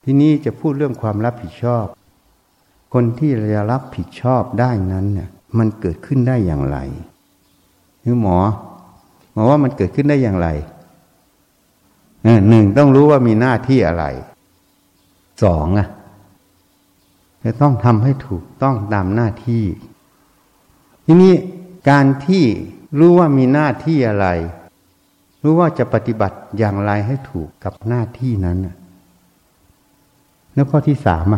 ที่นี่จะพูดเรื่องความรับผิดชอบคนที่จะรับผิดชอบได้นั้นเนี่ยมันเกิดขึ้นได้อย่างไรคือหมอว่ามันเกิดขึ้นได้อย่างไรหนึ่งต้องรู้ว่ามีหน้าที่อะไรสองจะต้องทำให้ถูกต้องตามหน้าที่ทีนี้การที่รู้ว่ามีหน้าที่อะไรรู้ว่าจะปฏิบัติอย่างไรให้ถูกกับหน้าที่นั้นแล้วข้อที่สาม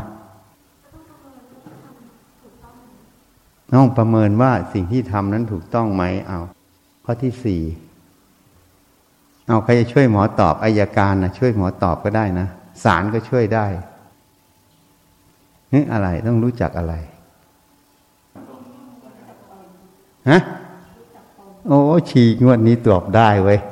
ต้องประเมินว่าสิ่งที่ทำนั้นถูกต้องไหมเอาข้อที่สี่เอาใครจะช่วยหมอตอบอัยการช่วยหมอตอบก็ได้นะศาลก็ช่วยได้นี่อะไรต้องรู้จักอะไรฮะโอ้ฉีกงวดนี้ตอบได้เว้ย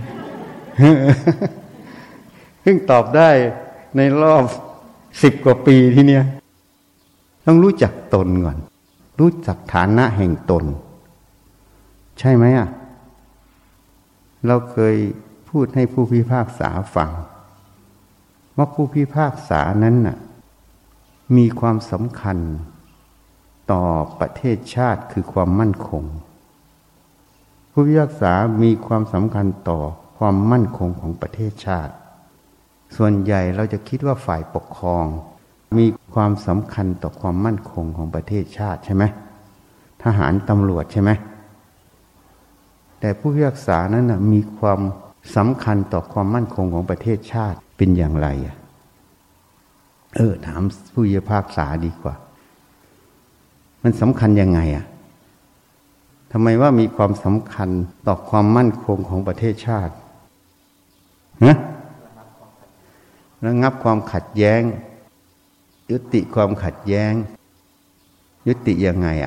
เพิ่งตอบได้ในรอบ10 กว่าปีที่เนี้ยต้องรู้จักตนก่อนรู้จักฐานะแห่งตนใช่ไหมเราเคยพูดให้ผู้พิพากษาฟังว่าผู้พิพากษานั้นมีความสำคัญต่อประเทศชาติคือความมั่นคงผู้พิพากษามีความสำคัญต่อความมั่นคงของประเทศชาติส่วนใหญ่เราจะคิดว่าฝ่ายปกครองมีความสำคัญต่อความมั่นคงของประเทศชาติใช่ไหมทหารตำรวจใช่ไหมแต่ผู้พิพากษานั้นมีความสำคัญต่อความมั่นคงของประเทศชาติเป็นอย่างไรถามผู้พิพากษาดีกว่ามันสำคัญยังไงทำไมว่ามีความสำคัญต่อความมั่นคงของประเทศชาติระงับความขัดแย้งยุติความขัดแย้งยุติยังไง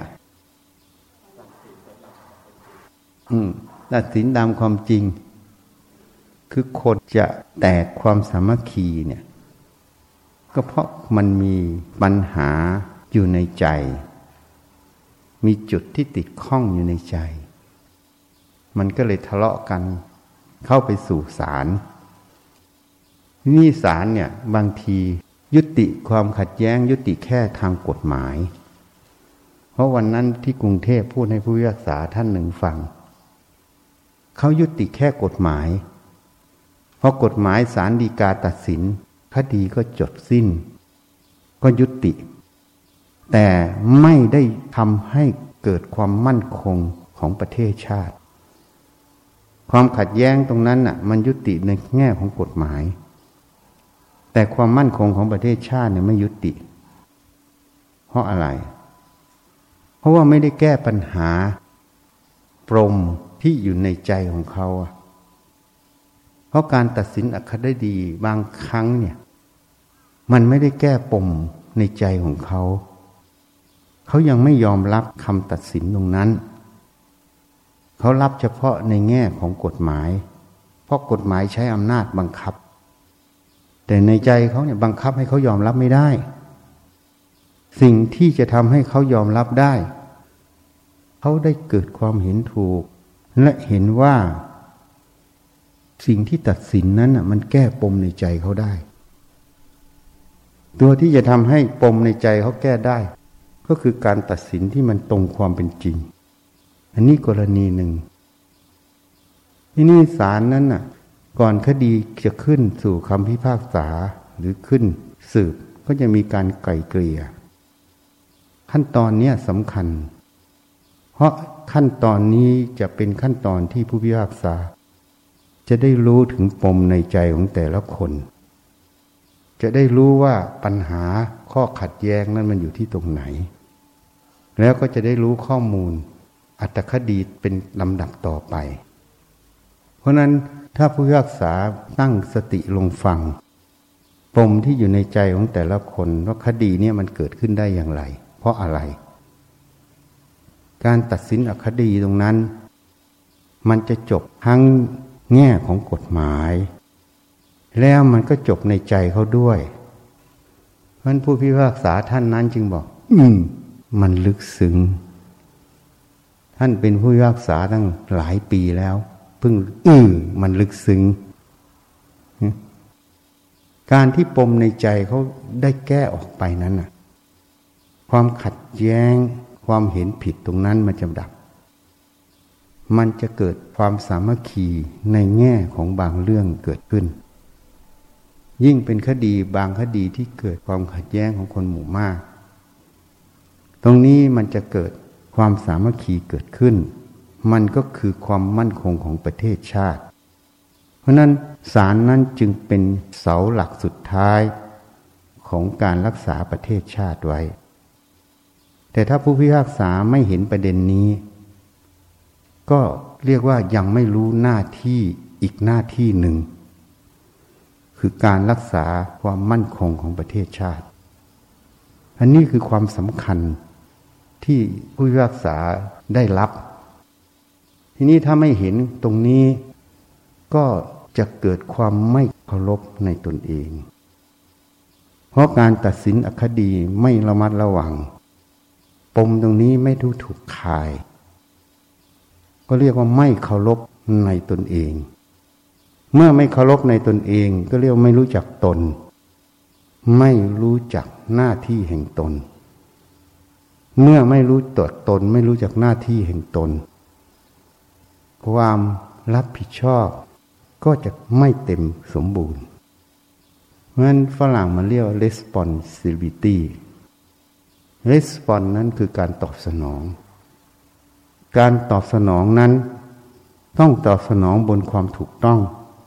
ตัดสินตามความจริงคือคนจะแตกความสามัคคีเนี่ยก็เพราะมันมีปัญหาอยู่ในใจมีจุดที่ติดข้องอยู่ในใจมันก็เลยทะเลาะกันเข้าไปสู่ศาลนี่ศาลเนี่ยบางทียุติความขัดแย้งยุติแค่ทางกฎหมายเพราะวันนั้นที่กรุงเทพพูดให้ผู้พิพากษาท่านหนึ่งฟังเขายุติแค่กฎหมายเพราะกฎหมายศาลฎีกาตัดสินคดีก็จบสิ้นก็ยุติแต่ไม่ได้ทำให้เกิดความมั่นคงของประเทศชาติความขัดแย้งตรงนั้นมันยุติในแง่ของกฎหมายแต่ความมั่นคงของประเทศชาติเนี่ยไม่ยุติเพราะอะไรเพราะว่าไม่ได้แก้ปัญหาปมที่อยู่ในใจของเขาเพราะการตัดสินอัคคดีบางครั้งเนี่ยมันไม่ได้แก้ปมในใจของเขายังไม่ยอมรับคำตัดสินตรงนั้นเขารับเฉพาะในแง่ของกฎหมายเพราะกฎหมายใช้อำนาจบังคับแต่ในใจเขาเนี่ยบังคับให้เขายอมรับไม่ได้สิ่งที่จะทำให้เขายอมรับได้เขาได้เกิดความเห็นถูกและเห็นว่าสิ่งที่ตัดสินนั้นมันแก้ปมในใจเขาได้ตัวที่จะทำให้ปมในใจเขาแก้ได้ก็คือการตัดสินที่มันตรงความเป็นจริงอันนี้กรณีหนึ่งที่นี่ศาลนั้นก่อนคดีจะขึ้นสู่คำพิพากษาหรือขึ้นสืบก็จะมีการไกล่เกลี่ยขั้นตอนนี้สำคัญเพราะขั้นตอนนี้จะเป็นขั้นตอนที่ผู้พิพากษาจะได้รู้ถึงปมในใจของแต่ละคนจะได้รู้ว่าปัญหาข้อขัดแย้งนั้นมันอยู่ที่ตรงไหนแล้วก็จะได้รู้ข้อมูลอรรถคดีเป็นลำดับต่อไปเพราะนั้นถ้าผู้พิพากษาตั้งสติลงฟังปมที่อยู่ในใจของแต่ละคนว่าคดีนี้มันเกิดขึ้นได้อย่างไรเพราะอะไรการตัดสินอรรถคดีตรงนั้นมันจะจบทั้งแง่ของกฎหมายแล้วมันก็จบในใจเขาด้วยเพราะฉะนั้นผู้พิพากษาท่านนั้นจึงบอกมันลึกซึ้งท่านเป็นผู้พิพากษาตั้งหลายปีแล้วเพิ่งมันลึกซึ้งการที่ปมในใจเขาได้แก้ออกไปนั้นน่ะความขัดแย้งความเห็นผิดตรงนั้นมันจะดับมันจะเกิดความสามัคคีในแง่ของบางเรื่องเกิดขึ้นยิ่งเป็นคดีบางคดีที่เกิดความขัดแย้งของคนหมู่มากตรงนี้มันจะเกิดความสามัคคีเกิดขึ้นมันก็คือความมั่นคงของประเทศชาติเพราะนั้นศาลนั้นจึงเป็นเสาหลักสุดท้ายของการรักษาประเทศชาติไว้แต่ถ้าผู้พิพากษาไม่เห็นประเด็นนี้ก็เรียกว่ายังไม่รู้หน้าที่อีกหน้าที่หนึ่งคือการรักษาความมั่นคงของประเทศชาติอันนี้คือความสำคัญที่ผู้พิพากษาได้รับทีนี้ถ้าไม่เห็นตรงนี้ก็จะเกิดความไม่เคารพในตนเองเพราะการตัดสินอคดีไม่ระมัดระวังปมตรงนี้ไม่ถูกคายก็เรียกว่าไม่เคารพในตนเองเมื่อไม่เคารพในตนเองก็เรียกไม่รู้จักตนไม่รู้จักหน้าที่แห่งตนเมื่อไม่รู้ตัวตนไม่รู้จักหน้าที่แห่งตนความรับผิดชอบก็จะไม่เต็มสมบูรณ์เพราะฉะนั้นฝรั่งมันเรียกว่า responsibility response นั้นคือการตอบสนองการตอบสนองนั้นต้องตอบสนองบนความถูกต้อง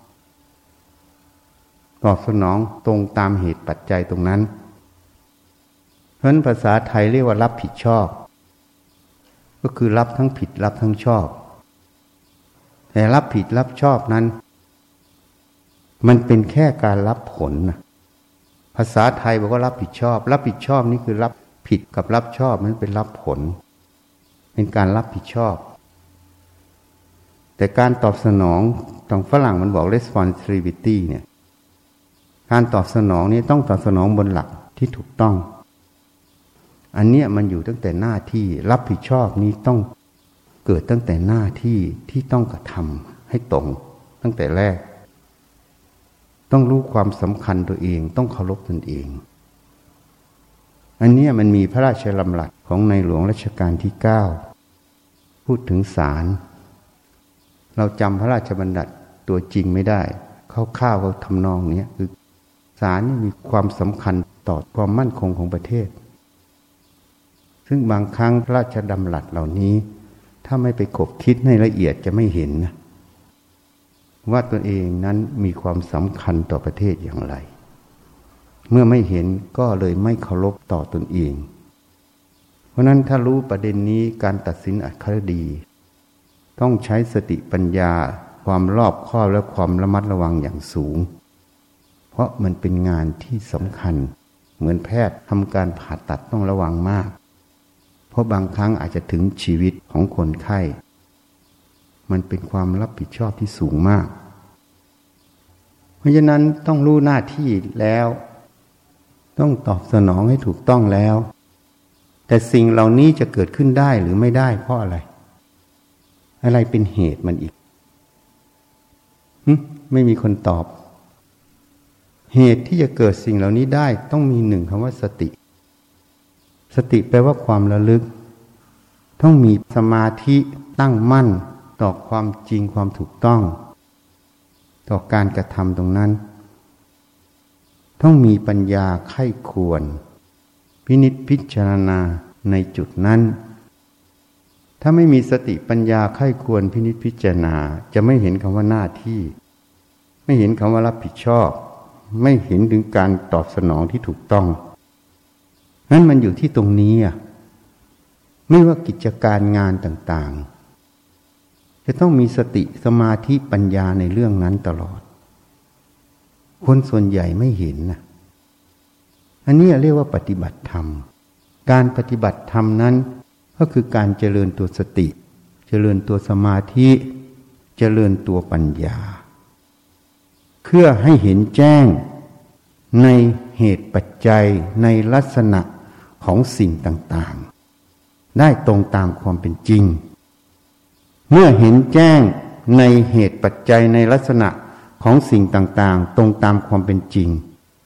ตอบสนองตรงตามเหตุปัจจัยตรงนั้นเพราะฉะนั้นภาษาไทยเรียกว่ารับผิดชอบก็คือรับทั้งผิดรับทั้งชอบแต่รับผิดรับชอบนั้นมันเป็นแค่การรับผลนะภาษาไทยบอกว่ารับผิดชอบรับผิดชอบนี่คือรับผิดกับรับชอบมันเป็นรับผลเป็นการรับผิดชอบแต่การตอบสนองทางฝรั่งมันบอก responsibility เนี่ยการตอบสนองนี่ต้องตอบสนองบนหลักที่ถูกต้องอันเนี้ยมันอยู่ตั้งแต่หน้าที่รับผิดชอบนี้ต้องเกิดตั้งแต่หน้าที่ที่ต้องกระทำให้ตรงตั้งแต่แรกต้องรู้ความสำคัญตัวเองต้องเคารพตนเองอันนี้มันมีพระราชดำรัสของในหลวงรัชกาลที่9พูดถึงศาลเราจำพระราชบัญญัติตัวจริงไม่ได้คร่าวๆเขาทำนองนี้คือศาลนี่มีความสำคัญต่อความมั่นคงของประเทศซึ่งบางครั้งพระราชดำรัสเหล่านี้ถ้าไม่ไปคบคิดให้ละเอียดจะไม่เห็นนะว่าตัวเองนั้นมีความสำคัญต่อประเทศอย่างไรเมื่อไม่เห็นก็เลยไม่เคารพต่อตนเองเพราะนั้นถ้ารู้ประเด็นนี้การตัดสินอัคดีต้องใช้สติปัญญาความรอบคอบและความระมัดระวังอย่างสูงเพราะมันเป็นงานที่สำคัญเหมือนแพทย์ทำการผ่าตัดต้องระวังมากเพราะบางครั้งอาจจะถึงชีวิตของคนไข้มันเป็นความรับผิดชอบที่สูงมากเพราะฉะนั้นต้องรู้หน้าที่แล้วต้องตอบสนองให้ถูกต้องแล้วแต่สิ่งเหล่านี้จะเกิดขึ้นได้หรือไม่ได้เพราะอะไรอะไรเป็นเหตุมันอีกไม่มีคนตอบเหตุที่จะเกิดสิ่งเหล่านี้ได้ต้องมีหนึ่งคำว่าสติสติแปลว่าความระลึกต้องมีสมาธิตั้งมั่นต่อความจริงความถูกต้องต่อการกระทำตรงนั้นต้องมีปัญญาไข้ควรพินิจพิจารณาในจุดนั้นถ้าไม่มีสติปัญญาไข้ควรพินิจพิจารณาจะไม่เห็นคำว่าหน้าที่ไม่เห็นคำว่ารับผิดชอบไม่เห็นถึงการตอบสนองที่ถูกต้องนั้นมันอยู่ที่ตรงนี้ไม่ว่ากิจการงานต่างๆจะต้องมีสติสมาธิปัญญาในเรื่องนั้นตลอดคนส่วนใหญ่ไม่เห็นนะอันนี้เรียกว่าปฏิบัติธรรมการปฏิบัติธรรมนั้นก็คือการเจริญตัวสติเจริญตัวสมาธิเจริญตัวปัญญาเพื่อให้เห็นแจ้งในเหตุปัจจัยในลักษณะของสิ่งต่างๆได้ตรงตามความเป็นจริงเมื่อเห็นแจ้งในเหตุปัจจัยในลักษณะของสิ่งต่างๆตรงตามความเป็นจริง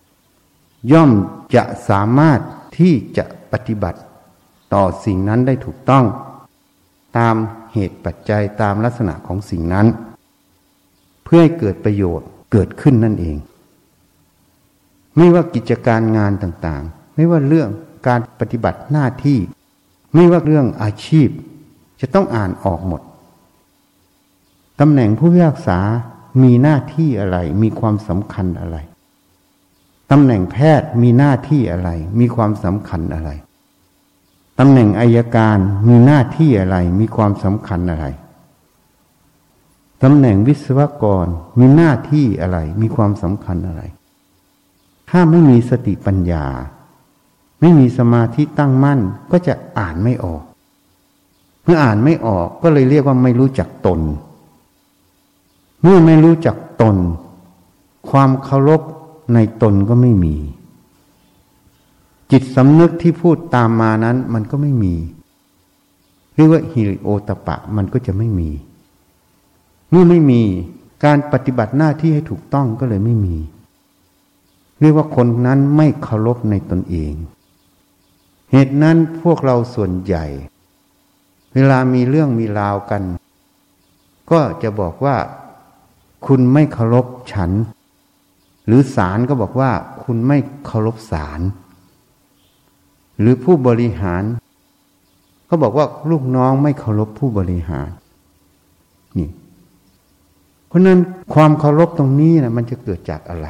ย่อมจะสามารถที่จะปฏิบัติต่อสิ่งนั้นได้ถูกต้องตามเหตุปัจจัยตามลักษณะของสิ่งนั้นเพื่อให้เกิดประโยชน์เกิดขึ้นนั่นเองไม่ว่ากิจการงานต่างๆไม่ว่าเรื่องการปฏิบัติหน้าที่ไม่ว่าเรื่องอาชีพจะต้องอ่านออกหมดตำแหน่งผู้พิพากษามีหน้าที่อะไรมีความสำคัญอะไรตำแหน่งแพทย์มีหน้าที่อะไรมีความสำคัญอะไรตำแหน่งอัยการมีหน้าที่อะไรมีความสำคัญอะไรตำแหน่งวิศวกรมีหน้าที่อะไรมีความสำคัญอะไรถ้าไม่มีสติปัญญาไม่มีสมาธิตั้งมั่นก็จะอ่านไม่ออกเมื่ออ่านไม่ออกก็เลยเรียกว่าไม่รู้จักตนเมื่อไม่รู้จักตนความเคารพในตนก็ไม่มีจิตสำนึกที่พูดตามมานั้นมันก็ไม่มีเรียกว่าฮิริโอตปะมันก็จะไม่มีเมื่อไม่มีการปฏิบัติหน้าที่ให้ถูกต้องก็เลยไม่มีเรียกว่าคนนั้นไม่เคารพในตนเองเหตุนั้นพวกเราส่วนใหญ่เวลามีเรื่องมีราวกันก็จะบอกว่าคุณไม่เคารพฉันหรือศาลก็บอกว่าคุณไม่เคารพศาลหรือผู้บริหารก็บอกว่าลูกน้องไม่เคารพผู้บริหารนี่เพราะนั้นความเคารพตรงนี้นะมันจะเกิดจากอะไร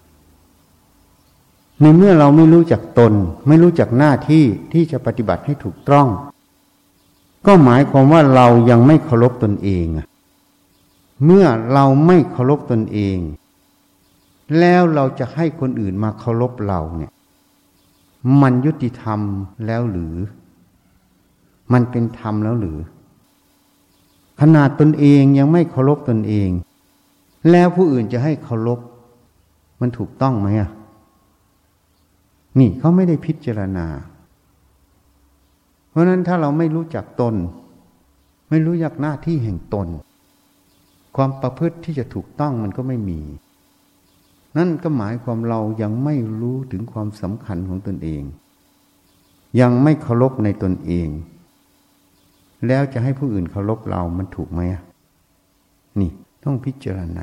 ในเมื่อเราไม่รู้จักตนไม่รู้จักหน้าที่ที่จะปฏิบัติให้ถูกต้องก็หมายความว่าเรายังไม่เคารพตนเองเมื่อเราไม่เคารพตนเองแล้วเราจะให้คนอื่นมาเคารพเราเนี่ยมันยุติธรรมแล้วหรือมันเป็นธรรมแล้วหรือขนาดตนเองยังไม่เคารพตนเองแล้วผู้อื่นจะให้เคารพมันถูกต้องไหมนี่เขาไม่ได้พิจารณาเพราะนั้นถ้าเราไม่รู้จักตนไม่รู้จักหน้าที่แห่งตนความประพฤติที่จะถูกต้องมันก็ไม่มีนั่นก็หมายความเรายังไม่รู้ถึงความสำคัญของตนเองยังไม่เคารพในตนเองแล้วจะให้ผู้อื่นเคารพเรามันถูกไหมนี่ต้องพิจารณา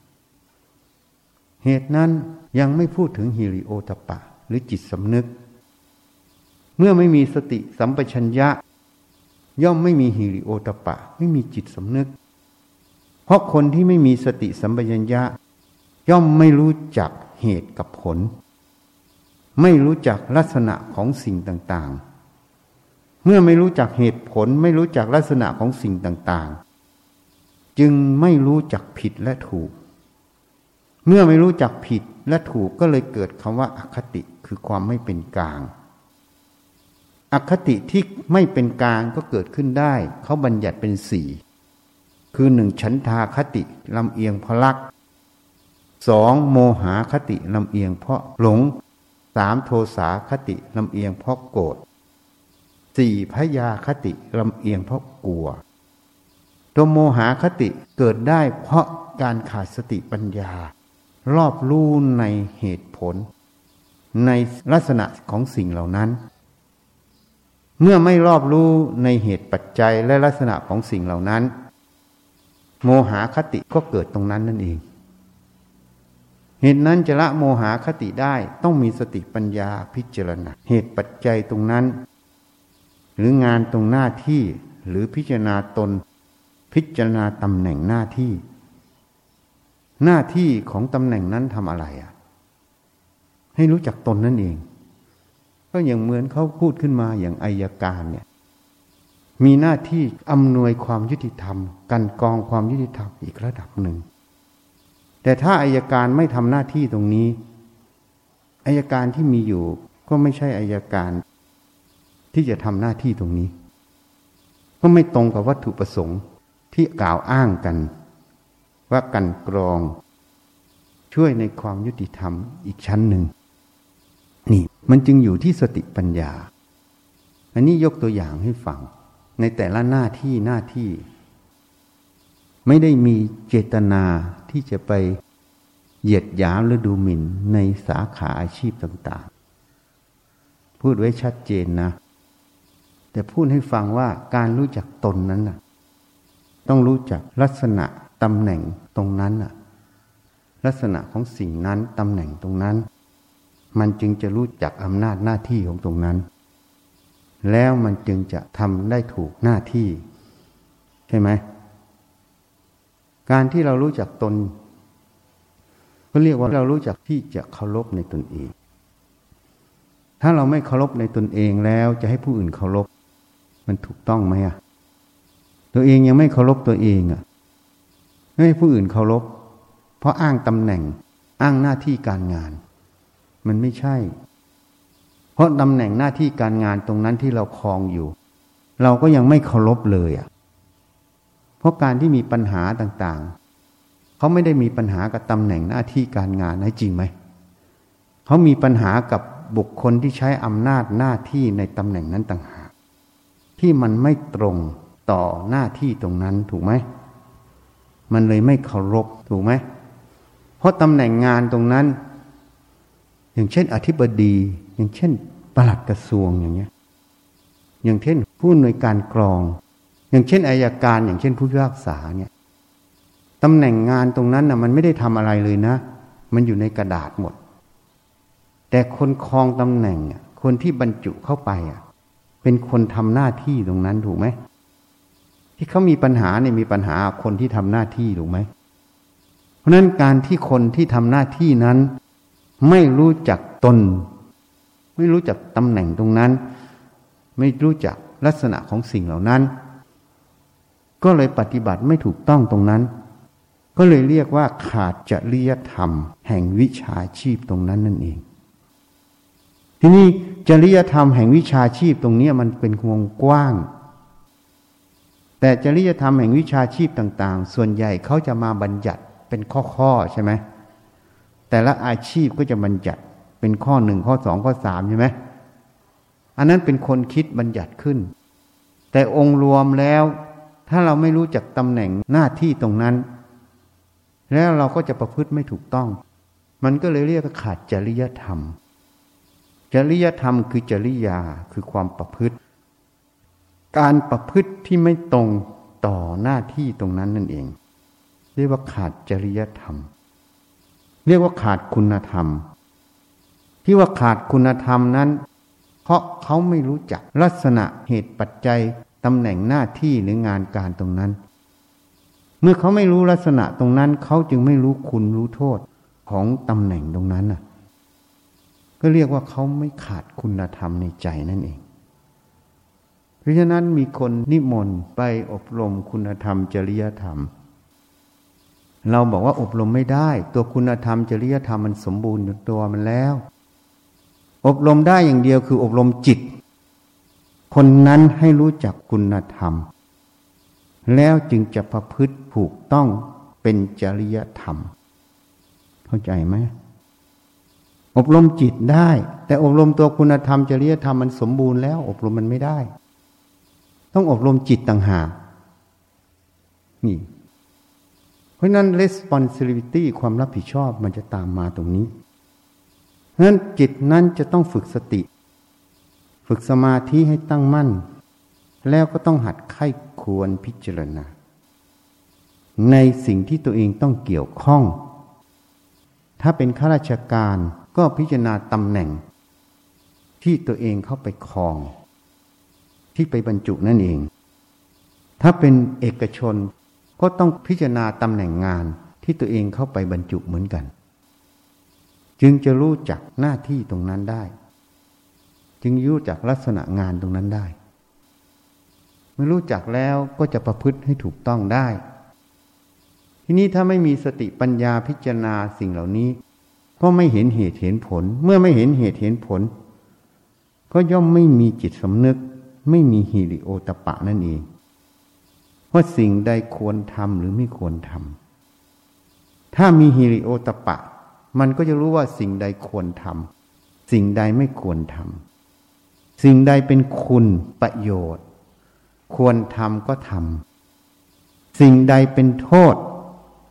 เหตุนั้นยังไม่พูดถึงฮิริโอตปะหรือจิตสำนึกเมื่อไม่มีสติสัมปชัญญะย่อมไม่มีฮิริโอตปะไม่มีจิตสำนึกเพราะคนที่ไม่มีสติสัมปชัญญะย่อมไม่รู้จักเหตุกับผลไม่รู้จักลักษณะของสิ่งต่างๆเมื่อไม่รู้จักเหตุผลไม่รู้จักลักษณะของสิ่งต่างๆจึงไม่รู้จักผิดและถูกเมื่อไม่รู้จักผิดและถูกก็เลยเกิดคำว่าอคติคือความไม่เป็นกลางอคติที่ไม่เป็นกลางก็เกิดขึ้นได้เขาบัญญัติเป็นสี่คือหนึ่งฉันทาคติลำเอียงเพราะรักสองโมหคติลำเอียงเพราะหลงสามโทสาคติลำเอียงเพราะโกรธสี่พยาคติลำเอียงเพราะกลัวตัวโมหคติเกิดได้เพราะการขาดสติปัญญารอบรู้ในเหตุผลในลักษณะของสิ่งเหล่านั้นเมื่อไม่รอบรู้ในเหตุปัจจัยและลักษณะของสิ่งเหล่านั้นโมหคติก็เกิดตรงนั้นนั่นเองเหตุนั้นจะละโมหคติได้ต้องมีสติปัญญาพิจารณาเหตุปัจจัยตรงนั้นหรืองานตรงหน้าที่หรือพิจารณาตนพิจารณาตำแหน่งหน้าที่หน้าที่ของตำแหน่งนั้นทำอะไรให้รู้จักตนนั่นเองก็อย่างเหมือนเขาพูดขึ้นมาอย่างอัยการเนี่ยมีหน้าที่อำนวยความยุติธรรมกันกองความยุติธรรมอีกระดับหนึ่งแต่ถ้าอัยการไม่ทำหน้าที่ตรงนี้อัยการที่มีอยู่ก็ไม่ใช่อัยการที่จะทำหน้าที่ตรงนี้ก็ไม่ตรงกับวัตถุประสงค์ที่กล่าวอ้างกันว่ากันกรองช่วยในความยุติธรรมอีกชั้นหนึ่งนี่มันจึงอยู่ที่สติปัญญาอันนี้ยกตัวอย่างให้ฟังในแต่ละหน้าที่ไม่ได้มีเจตนาที่จะไปเหยียดหยามหรือดูหมิ่นในสาขาอาชีพต่างๆพูดไว้ชัดเจนนะแต่พูดให้ฟังว่าการรู้จักตนนั้นน่ะต้องรู้จักลักษณะตำแหน่งตรงนั้นน่ะลักษณะของสิ่งนั้นตำแหน่งตรงนั้นมันจึงจะรู้จักอำนาจหน้าที่ของตรงนั้นแล้วมันจึงจะทำได้ถูกหน้าที่ใช่ไหมการที่เรารู้จักตนก็เรียกว่าเรารู้จักที่จะเคารพในตนเองถ้าเราไม่เคารพในตนเองแล้วจะให้ผู้อื่นเคารพมันถูกต้องไหมอ่ะตัวเองยังไม่เคารพตัวเองอ่ะไม่ให้ผู้อื่นเคารพเพราะอ้างตำแหน่งอ้างหน้าที่การงานมันไม่ใช่เพราะตำแหน่งหน้าที่การงานตรงนั้นที่เราครองอยู่เราก็ยังไม่เคารพเลยอ่ะเพราะการที่มีปัญหาต่างๆเขาไม่ได้มีปัญหากับตำแหน่งหน้าที่การงานนะจริงไหมเขามีปัญหากับบุคคลที่ใช้อำนาจหน้าที่ในตำแหน่งนั้นต่างหากที่มันไม่ตรงต่อหน้าที่ตรงนั้นถูกไหมมันเลยไม่เคารพถูกไหมเพราะตำแหน่งงานตรงนั้นอย่างเช่นอธิบดีอย่างเช่นปลัดกระทรวงอย่างเงี้ยอย่างเช่นผู้อำนวยการกรองอย่างเช่นอัยการอย่างเช่นผู้พิพากษาเนี่ยตำแหน่งงานตรงนั้นน่ะมันไม่ได้ทำอะไรเลยนะมันอยู่ในกระดาษหมดแต่คนครองตำแหน่งคนที่บรรจุเข้าไปเป็นคนทำหน้าที่ตรงนั้นถูกไหมที่เขามีปัญหาเนี่ยมีปัญหาคนที่ทำหน้าที่ถูกไหมเพราะนั้นการที่คนที่ทำหน้าที่นั้นไม่รู้จักตนไม่รู้จักตำแหน่งตรงนั้นไม่รู้จักลักษณะของสิ่งเหล่านั้นก็เลยปฏิบัติไม่ถูกต้องตรงนั้นก็เลยเรียกว่าขาดจริยธรรมแห่งวิชาชีพตรงนั้นนั่นเองทีนี้จริยธรรมแห่งวิชาชีพตรงนี้มันเป็นวงกว้างแต่จริยธรรมแห่งวิชาชีพต่างๆส่วนใหญ่เขาจะมาบัญญัติเป็นข้อๆใช่ไหมแต่ละอาชีพก็จะบัญญัติเป็นข้อ1ข้อ2ข้อ3ใช่ไหมอันนั้นเป็นคนคิดบัญญัติขึ้นแต่องค์รวมแล้วถ้าเราไม่รู้จักตำแหน่งหน้าที่ตรงนั้นแล้วเราก็จะประพฤติไม่ถูกต้องมันก็เลยเรียกว่าขาดจริยธรรมจริยธรรมคือจริยาคือความประพฤติการประพฤติที่ไม่ตรงต่อหน้าที่ตรงนั้นนั่นเองเรียกว่าขาดจริยธรรมเรียกว่าขาดคุณธรรมที่ว่าขาดคุณธรรมนั้นเพราะเขาไม่รู้จักลักษณะเหตุปัจจัยตำแหน่งหน้าที่หรืองานการตรงนั้นเมื่อเขาไม่รู้ลักษณะตรงนั้นเขาจึงไม่รู้คุณรู้โทษของตำแหน่งตรงนั้นน่ะก็เรียกว่าเขาไม่ขาดคุณธรรมในใจนั่นเองเพราะฉะนั้นมีคนนิมนต์ไปอบรมคุณธรรมจริยธรรมเราบอกว่าอบรมไม่ได้ตัวคุณธรรมจริยธรรมมันสมบูรณ์อยู่ตัวมันแล้วอบรมได้อย่างเดียวคืออบรมจิตคนนั้นให้รู้จักคุณธรรมแล้วจึงจะประพฤติถูกต้องเป็นจริยธรรมเข้าใจไหมอบรมจิตได้แต่อบรมตัวคุณธรรมจริยธรรมมันสมบูรณ์แล้วอบรมมันไม่ได้ต้องอบรมจิตต่างหากนี่เพราะนั้น responsibility ความรับผิดชอบมันจะตามมาตรงนี้เพราะนั้นจิตนั้นจะต้องฝึกสติฝึกสมาธิให้ตั้งมั่นแล้วก็ต้องหัดไข้ควรพิจารณาในสิ่งที่ตัวเองต้องเกี่ยวข้องถ้าเป็นข้าราชการก็พิจารณาตำแหน่งที่ตัวเองเข้าไปครองที่ไปบรรจุนั่นเองถ้าเป็นเอกชนก็ต้องพิจารณาตำแหน่งงานที่ตัวเองเข้าไปบรรจุเหมือนกันจึงจะรู้จักหน้าที่ตรงนั้นได้จึงรู้จักลักษณะงานตรงนั้นได้เมื่อรู้จักแล้วก็จะประพฤติให้ถูกต้องได้ทีนี้ถ้าไม่มีสติปัญญาพิจารณาสิ่งเหล่านี้ก็ไม่เห็นเหตุเห็นผลเมื่อไม่เห็นเหตุเห็นผลก็ย่อมไม่มีจิตสำนึกไม่มีหิริโอตปะนั่นเองว่าสิ่งใดควรทำหรือไม่ควรทำถ้ามีหิริโอตปะมันก็จะรู้ว่าสิ่งใดควรทำสิ่งใดไม่ควรทำสิ่งใดเป็นคุณประโยชน์ควรทำก็ทำสิ่งใดเป็นโทษ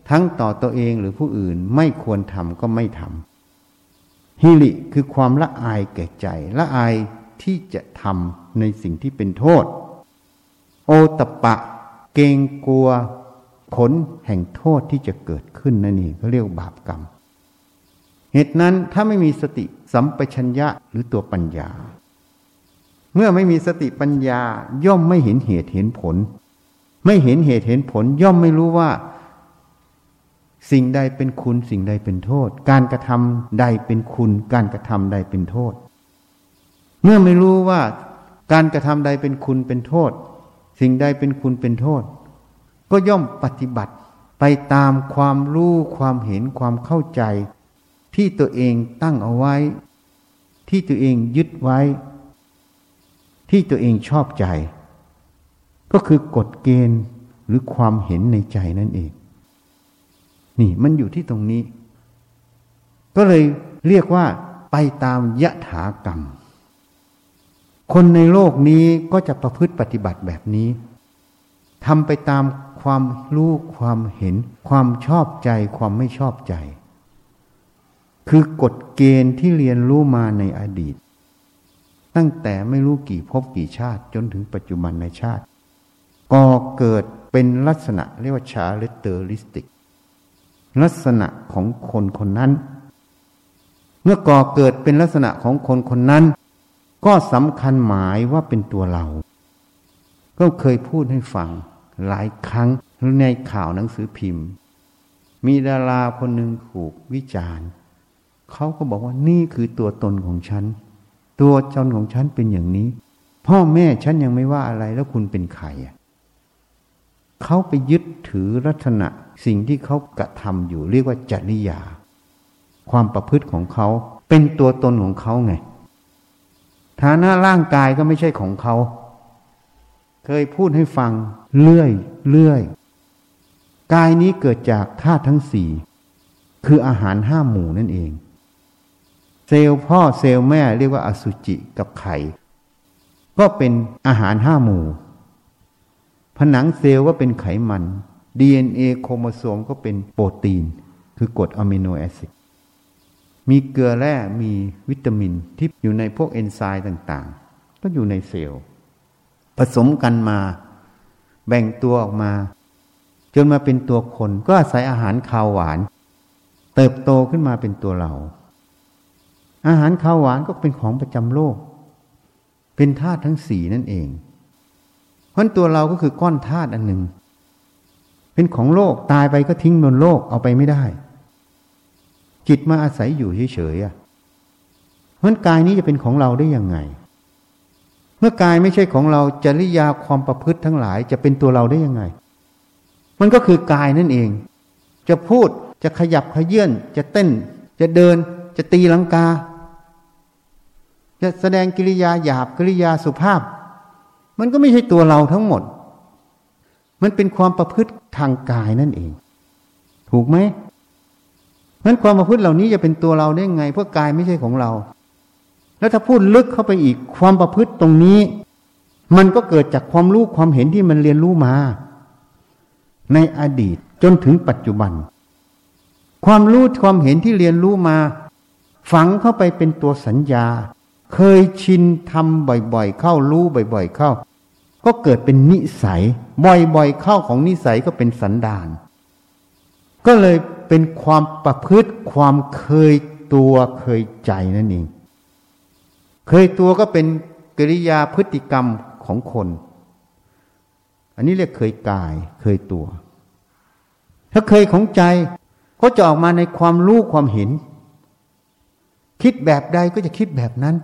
ทั้งต่อตัวเองหรือผู้อื่นไม่ควรทำก็ไม่ทำฮิริคือความละอายแก่ใจละอายที่จะทำในสิ่งที่เป็นโทษโอตตัปปะเกรงกลัวผลแห่งโทษที่จะเกิดขึ้นนั่นเองเขาเรียกบาปกรรมเหตุนั้นถ้าไม่มีสติสัมปชัญญะหรือตัวปัญญาเมื่อไม่มีสติปัญญาย่อมไม่เห็นเหตุเห็นผลไม่เห็นเหตุเห็นผลย่อมไม่รู้ว่าสิ่งใดเป็นคุณสิ่งใดเป็นโทษการกระทำใดเป็นคุณการกระทำใดเป็นโทษเมื่อไม่รู้ว่าการกระทำใดเป็นคุณเป็นโทษสิ่งใดเป็นคุณเป็นโทษก็ย่อมปฏิบัติไปตามความรู้ความเห็นความเข้าใจที่ตัวเองตั้งเอาไว้ที่ตัวเองยึดไว้ที่ตัวเองชอบใจก็คือกฎเกณฑ์หรือความเห็นในใจนั่นเองนี่มันอยู่ที่ตรงนี้ก็เลยเรียกว่าไปตามยถากรรมคนในโลกนี้ก็จะประพฤติปฏิบัติแบบนี้ทำไปตามความรู้ความเห็นความชอบใจความไม่ชอบใจคือกฎเกณฑ์ที่เรียนรู้มาในอดีตตั้งแต่ไม่รู้กี่ภพกี่ชาติจนถึงปัจจุบันในชาติก่อเกิดเป็นลักษณะเรียกว่าชาเลเตอริสติกลักษณะของคนคนนั้นเมื่อก่อเกิดเป็นลักษณะของคนคนนั้นก็สำคัญหมายว่าเป็นตัวเราก็เคยพูดให้ฟังหลายครั้งในข่าวหนังสือพิมพ์มีดาราคนหนึ่งถูกวิจารณ์เขาก็บอกว่านี่คือตัวตนของฉันตัวตนของฉันเป็นอย่างนี้พ่อแม่ฉันยังไม่ว่าอะไรแล้วคุณเป็นใครเขาไปยึดถือลักษณะสิ่งที่เขากระทำอยู่เรียกว่าจริยาความประพฤติของเขาเป็นตัวตนของเขาไงฐานะร่างกายก็ไม่ใช่ของเขาเคยพูดให้ฟังเรื่อยกายนี้เกิดจากธาตุทั้งสี่คืออาหารห้าหมู่นั่นเองเซลล์พ่อเซลล์แม่เรียกว่าอสุจิกับไข่ก็เป็นอาหารห้าหมู่ผนังเซลล์ก็เป็นไขมัน DNA โครโมโซมก็เป็นโปรตีนคือกรดอะมิโนแอซิดมีเกลือแร่มีวิตามินที่อยู่ในพวกเอนไซม์ต่างๆก็อยู่ในเซลล์ผสมกันมาแบ่งตัวออกมาจนมาเป็นตัวคนก็อาศัยอาหารคาวหวานเติบโตขึ้นมาเป็นตัวเราอาหารคาวหวานก็เป็นของประจำโลกเป็นธาตุทั้งสี่นั่นเองเพราะตัวเราก็คือก้อนธาตุอันหนึ่งเป็นของโลกตายไปก็ทิ้งบนโลกเอาไปไม่ได้จิตมาอาศัยอยู่เฉยๆเพราะกายนี้จะเป็นของเราได้ยังไงเมื่อกายไม่ใช่ของเราจริยาความประพฤติทั้งหลายจะเป็นตัวเราได้ยังไงมันก็คือกายนั่นเองจะพูดจะขยับเขยื้อนจะเต้นจะเดินจะตีลังกาจะแสดงกิริยาหยาบกิริยาสุภาพมันก็ไม่ใช่ตัวเราทั้งหมดมันเป็นความประพฤติทางกายนั่นเองถูกไหมนั้นความประพฤติเหล่านี้จะเป็นตัวเราได้ไงเพราะกายไม่ใช่ของเราแล้วถ้าพูดลึกเข้าไปอีกความประพฤติตรงนี้มันก็เกิดจากความรู้ความเห็นที่มันเรียนรู้มาในอดีตจนถึงปัจจุบันความรู้ความเห็นที่เรียนรู้มาฝังเข้าไปเป็นตัวสัญญาเคยชินทำบ่อยๆเข้ารู้บ่อยๆเข้าก็เกิดเป็นนิสัยบ่อยๆเข้าของนิสัยก็เป็นสันดานก็เลยเป็นความประพฤติความเคยตัวเคยใจนั่นเองเคยตัวก็เป็นกิริยาพฤติกรรมของคนอันนี้เรียกเคยกายเคยตัวถ้าเคยของใจก็จะออกมาในความรู้ความเห็นคิดแบบใดก็จะคิดแบบนั้น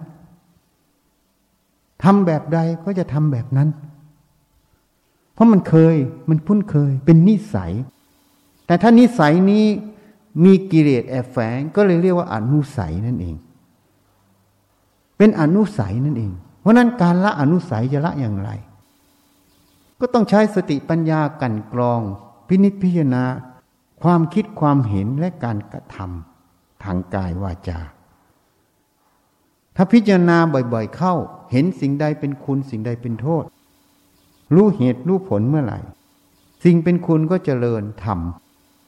ทำแบบใดก็จะทำแบบนั้นเพราะมันเคยมันคุ้นเคยเป็นนิสัยแต่ถ้านิสัยนี้มีกิเลสแอบแฝงก็เลยเรียกว่าอนุสัยนั่นเองเป็นอนุสัยนั่นเองเพราะนั้นการละอนุสัยจะละอย่างไรก็ต้องใช้สติปัญญากั่นกรองพินิจพิจารณาความคิดความเห็นและการกระทำทางกายวาจาถ้าพิจารณาบ่อยๆเข้าเห็นสิ่งใดเป็นคุณสิ่งใดเป็นโทษรู้เหตุรู้ผลเมื่อไหร่สิ่งเป็นคุณก็เจริญท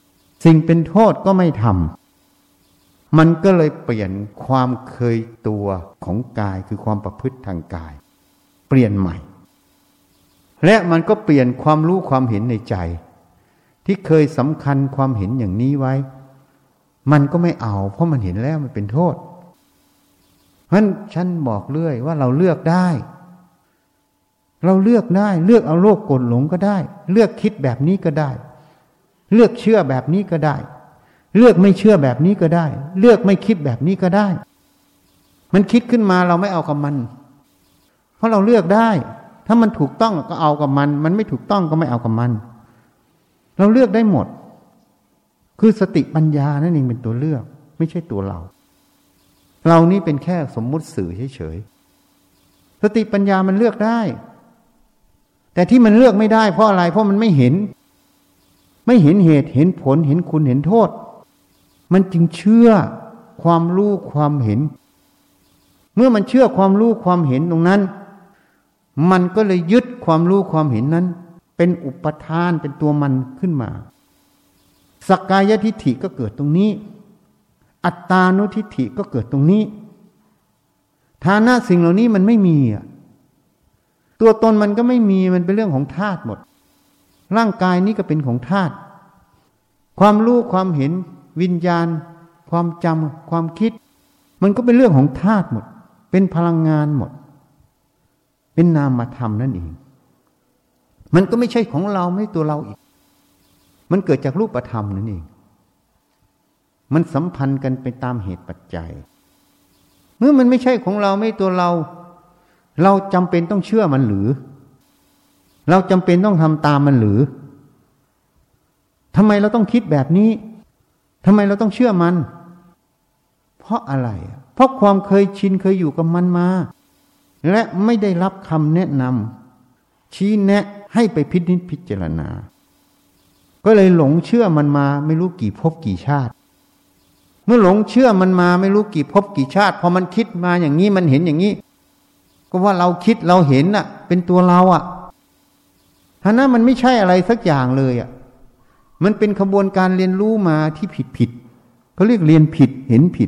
สิ่งเป็นโทษก็ไม่ทำมันก็เลยเปลี่ยนความเคยตัวของกายคือความประพฤติทางกายเปลี่ยนใหม่และมันก็เปลี่ยนความรู้ความเห็นในใจที่เคยสำคัญความเห็นอย่างนี้ไว้มันก็ไม่เอาเพราะมันเห็นแล้วมันเป็นโทษเพราะฉะนั้นฉันบอกเรื่อยว่าเราเลือกได้เราเลือกได้เลือกเอาโลภโกรธหลงก็ได้เลือกคิดแบบนี้ก็ได้เลือกเชื่อแบบนี้ก็ได้เลือกไม่เชื่อแบบนี้ก็ได้เลือกไม่คิดแบบนี้ก็ได้มันคิดขึ้นมาเราไม่เอากับมันเพราะเราเลือกได้ถ้ามันถูกต้องก็เอากับมันมันไม่ถูกต้องก็ไม่เอากับมันเราเลือกได้หมดคือสติปัญญานั่นเองเป็นตัวเลือกไม่ใช่ตัวเรานี่เป็นแค่สมมุติสื่อเฉยๆสติปัญญามันเลือกได้แต่ที่มันเลือกไม่ได้เพราะอะไรเพราะมันไม่เห็นเหตุเห็นผลเห็นคุณเห็นโทษมันจึงเชื่อความรู้ความเห็นเมื่อมันเชื่อความรู้ความเห็นตรงนั้นมันก็เลยยึดความรู้ความเห็นนั้นเป็นอุปทานเป็นตัวมันขึ้นมาสักกายทิฏฐิก็เกิดตรงนี้อัตตานุทิฏฐิก็เกิดตรงนี้ฐานะสิ่งเหล่านี้มันไม่มีตัวตนมันก็ไม่มีมันเป็นเรื่องของธาตุหมดร่างกายนี้ก็เป็นของธาตุความรู้ความเห็นวิญญาณความจำความคิดมันก็เป็นเรื่องของธาตุหมดเป็นพลังงานหมดเป็นนามธรรมนั่นเองมันก็ไม่ใช่ของเราไม่ตัวเราอีกมันเกิดจากรูปธรรมนั่นเองมันสัมพันธ์กันไปตามเหตุปัจจัยเมื่อมันไม่ใช่ของเราไม่ตัวเราจำเป็นต้องเชื่อมันหรือเราจำเป็นต้องทำตามมันหรือทำไมเราต้องคิดแบบนี้ทำไมเราต้องเชื่อมันเพราะอะไรเพราะความเคยชินเคยอยู่กับมันมาและไม่ได้รับคำแนะนำชี้แนะให้ไปพิจารณาก็เลยหลงเชื่อมันมาไม่รู้กี่ภพกี่ชาติเมื่อหลงเชื่อมันมาไม่รู้กี่ภพกี่ชาติพอมันคิดมาอย่างนี้มันเห็นอย่างนี้ก็ว่าเราคิดเราเห็นน่ะเป็นตัวเราท่านั้นมันไม่ใช่อะไรสักอย่างเลยมันเป็นขบวนการเรียนรู้มาที่ผิดเขาเรียกเรียนผิดเห็นผิด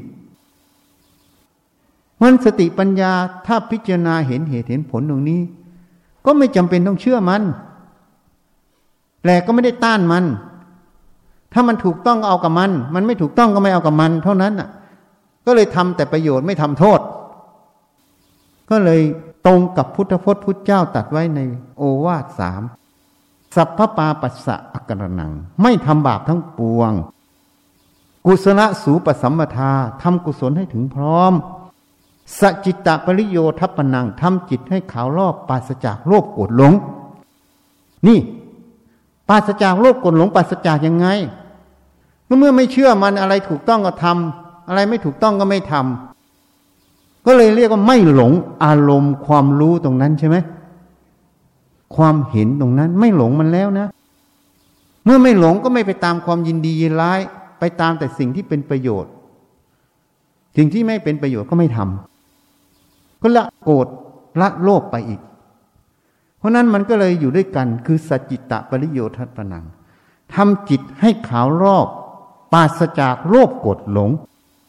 มันสติปัญญาถ้าพิจารณาเห็นเหตุเห็นผลตรงนี้ก็ไม่จำเป็นต้องเชื่อมันแต่ก็ไม่ได้ต้านมันถ้ามันถูกต้องก็เอากับมันไม่ถูกต้องก็ไม่เอากับมันเท่านั้นก็เลยทำแต่ประโยชน์ไม่ทำโทษก็เลยตรงกับพุทธพจน์พุทธเจ้าตรัสไว้ในโอวาท3สัพพปาปัสสะอการนังไม่ทำบาปทั้งปวงกุศลสูปสัมปทาทำกุศลให้ถึงพร้อมสัจจิตตปริโยทัปปนังทำจิตให้ขาวรอบปราศจากโลภโกรธหลงนี่ปราศจากโลภโกรธหลงปราศจากยังไงเมื่อไม่เชื่อมันอะไรถูกต้องก็ทำอะไรไม่ถูกต้องก็ไม่ทำก็เลยเรียกว่าไม่หลงอารมณ์ความรู้ตรงนั้นใช่ไหมความเห็นตรงนั้นไม่หลงมันแล้วนะเมื่อไม่หลงก็ไม่ไปตามความยินดียินร้ายไปตามแต่สิ่งที่เป็นประโยชน์สิ่งที่ไม่เป็นประโยชน์ก็ไม่ทำก็ละโกรธละโลภไปอีกเพราะนั้นมันก็เลยอยู่ด้วยกันคือสัจจิตะปริโยทัปปนังทำจิตให้ขาวรอบปราศจากโลภโกรธหลง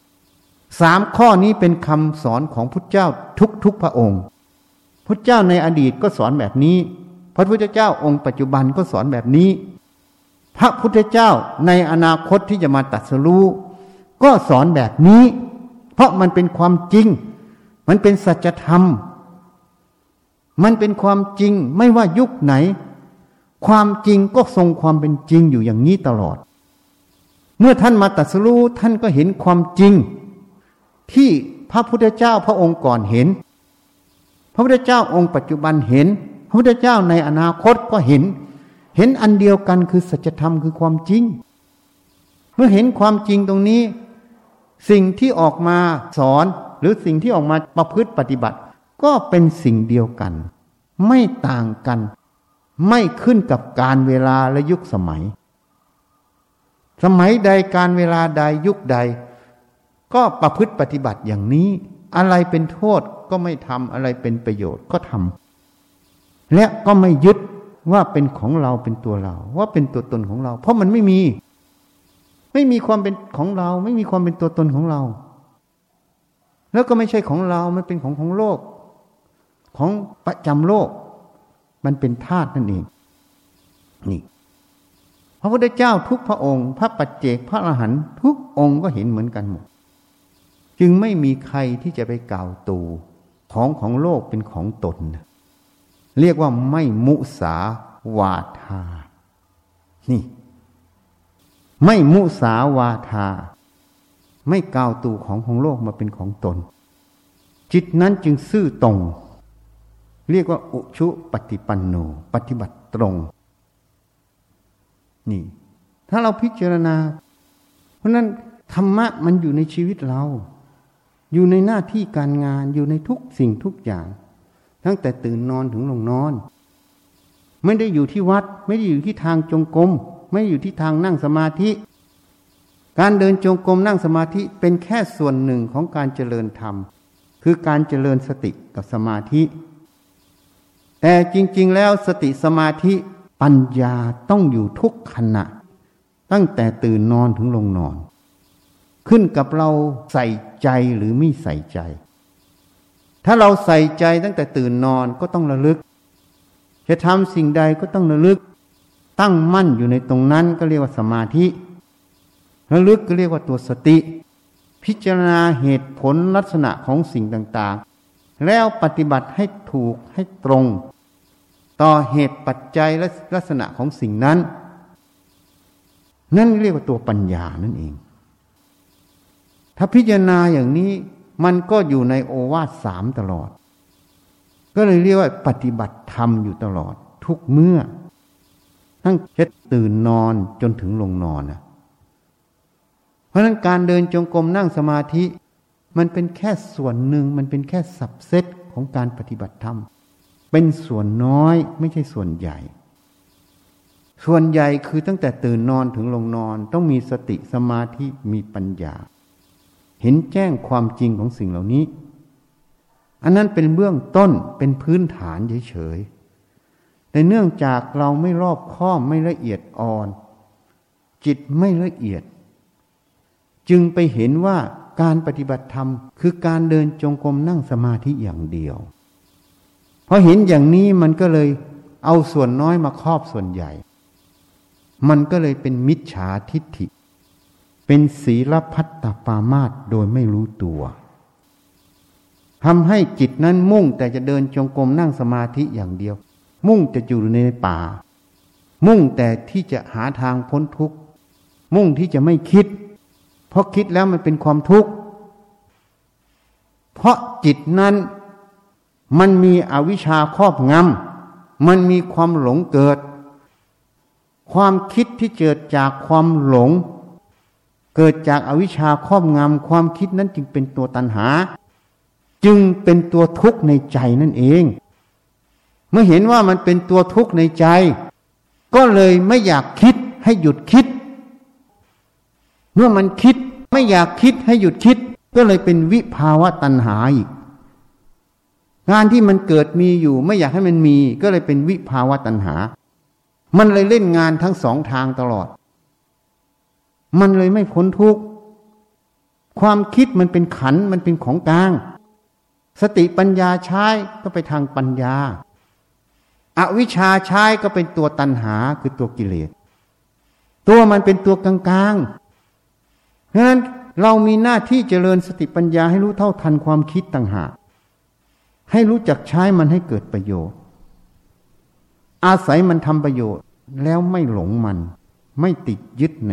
3ข้อนี้เป็นคำสอนของพุทธเจ้าทุกพระองค์พุทธเจ้าในอดีตก็สอนแบบนี้พระพุทธเจ้าองค์ปัจจุบันก็สอนแบบนี้พระพุทธเจ้าในอนาคตที่จะมาตรัสรู้ก็สอนแบบนี้เพราะมันเป็นความจริงมันเป็นสัจธรรมมันเป็นความจริงไม่ว่ายุคไหนความจริงก็ทรงความเป็นจริงอยู่อย่างนี้ตลอดเมื่อท่านมาตรัสรู้ท่านก็เห็นความจริงที่พระพุทธเจ้าพระองค์ก่อนเห็นพระพุทธเจ้าองค์ปัจจุบันเห็นพระพุทธเจ้าในอนาคตก็เห็นอันเดียวกันคือสัจธรรมคือความจริงเมื่อเห็นความจริงตรงนี้สิ่งที่ออกมาสอนหรือสิ่งที่ออกมาประพฤติปฏิบัติก็เป็นสิ่งเดียวกันไม่ต่างกันไม่ขึ้นกับการเวลาและยุคสมัยใดการเวลาใดยุคใดก็ประพฤติปฏิบัติอย่างนี้อะไรเป็นโทษก็ไม่ทำอะไรเป็นประโยชน์ก็ทำและก็ไม่ยึดว่าเป็นของเราเป็นตัวเราว่าเป็นตัวตนของเราเพราะมันไม่มีไม่มีความเป็นของเราไม่มีความเป็นตัวตนของเราแล้วก็ไม่ใช่ของเรามันเป็นของโลกของประจำโลกมันเป็นธาตุนั่นเองนี่พระพุทธเจ้าทุกพระองค์พระปัจเจกพระอรหันต์ทุกองค์ก็เห็นเหมือนกันหมดจึงไม่มีใครที่จะไปกล่าวตูของโลกเป็นของตนเรียกว่าไม่มุสาวาทานี่ไม่มุสาวาทาไม่กล่าวตูของโลกมาเป็นของตนจิตนั้นจึงซื่อตรงเรียกว่าอุชุปฏิปันโนปฏิบัติตรงนี่ถ้าเราพิจารณาเพราะนั้นธรรมะมันอยู่ในชีวิตเราอยู่ในหน้าที่การงานอยู่ในทุกสิ่งทุกอย่างตั้งแต่ตื่นนอนถึงลงนอนไม่ได้อยู่ที่วัดไม่ได้อยู่ที่ทางจงกรมไม่ได้อยู่ที่ทางนั่งสมาธิการเดินจงกรมนั่งสมาธิเป็นแค่ส่วนหนึ่งของการเจริญธรรมคือการเจริญสติกับสมาธิแต่จริงๆแล้วสติสมาธิปัญญาต้องอยู่ทุกขณะตั้งแต่ตื่นนอนถึงลงนอนขึ้นกับเราใส่ใจหรือไม่ใส่ใจถ้าเราใส่ใจตั้งแต่ตื่นนอนก็ต้องระลึกจะทำสิ่งใดก็ต้องระลึกตั้งมั่นอยู่ในตรงนั้นก็เรียกว่าสมาธิระลึกก็เรียกว่าตัวสติพิจารณาเหตุผลลักษณะของสิ่งต่างๆแล้วปฏิบัติให้ถูกให้ตรงต่อเหตุปัจจัยและลักษณะของสิ่งนั้นนั่นเรียกว่าตัวปัญญานั่นเองถ้าพิจารณาอย่างนี้มันก็อยู่ในโอวาท3ตลอดก็เลยเรียกว่าปฏิบัติธรรมอยู่ตลอดทุกเมื่อตั้งแต่ตื่นนอนจนถึงลงนอนนะเพราะฉะนั้นการเดินจงกรมนั่งสมาธิมันเป็นแค่ส่วนหนึ่งมันเป็นแค่สับเซตของการปฏิบัติธรรมเป็นส่วนน้อยไม่ใช่ส่วนใหญ่ส่วนใหญ่คือตั้งแต่ตื่นนอนถึงลงนอนต้องมีสติสมาธิมีปัญญาเห็นแจ้งความจริงของสิ่งเหล่านี้อันนั้นเป็นเบื้องต้นเป็นพื้นฐานเฉยๆแต่เนื่องจากเราไม่รอบคอบไม่ละเอียดอ่อนจิตไม่ละเอียดจึงไปเห็นว่าการปฏิบัติธรรมคือการเดินจงกรมนั่งสมาธิอย่างเดียวพอเห็นอย่างนี้มันก็เลยเอาส่วนน้อยมาครอบส่วนใหญ่มันก็เลยเป็นมิจฉาทิฏฐิเป็นศีลพัตตปามาสโดยไม่รู้ตัวทำให้จิตนั้นมุ่งแต่จะเดินจงกรมนั่งสมาธิอย่างเดียวมุ่งจะอยู่ในป่ามุ่งแต่ที่จะหาทางพ้นทุกข์มุ่งที่จะไม่คิดเพราะคิดแล้วมันเป็นความทุกข์เพราะจิตนั้นมันมีอวิชชาครอบงำมันมีความหลงเกิดความคิดที่เกิดจากความหลงเกิดจากอวิชชาครอบงำความคิดนั้นจึงเป็นตัวตัณหาจึงเป็นตัวทุกข์ในใจนั่นเองเมื่อเห็นว่ามันเป็นตัวทุกข์ในใจก็เลยไม่อยากคิดให้หยุดคิดเมื่อมันคิดไม่อยากคิดให้หยุดคิดก็เลยเป็นวิภาวะตัณหาอีกงานที่มันเกิดมีอยู่ไม่อยากให้มันมีก็เลยเป็นวิภาวะตัณหามันเลยเล่นงานทั้งสองทางตลอดมันเลยไม่พ้นทุกข์ความคิดมันเป็นขันธ์มันเป็นของกลางสติปัญญาใช้ก็ไปทางปัญญาอวิชชาใช้ก็เป็นตัวตัณหาคือตัวกิเลสตัวมันเป็นตัวกลางๆเพราะฉะนั้นเรามีหน้าที่เจริญสติปัญญาให้รู้เท่าทันความคิดต่างหากให้รู้จักใช้มันให้เกิดประโยชน์อาศัยมันทำประโยชน์แล้วไม่หลงมันไม่ติดยึดใน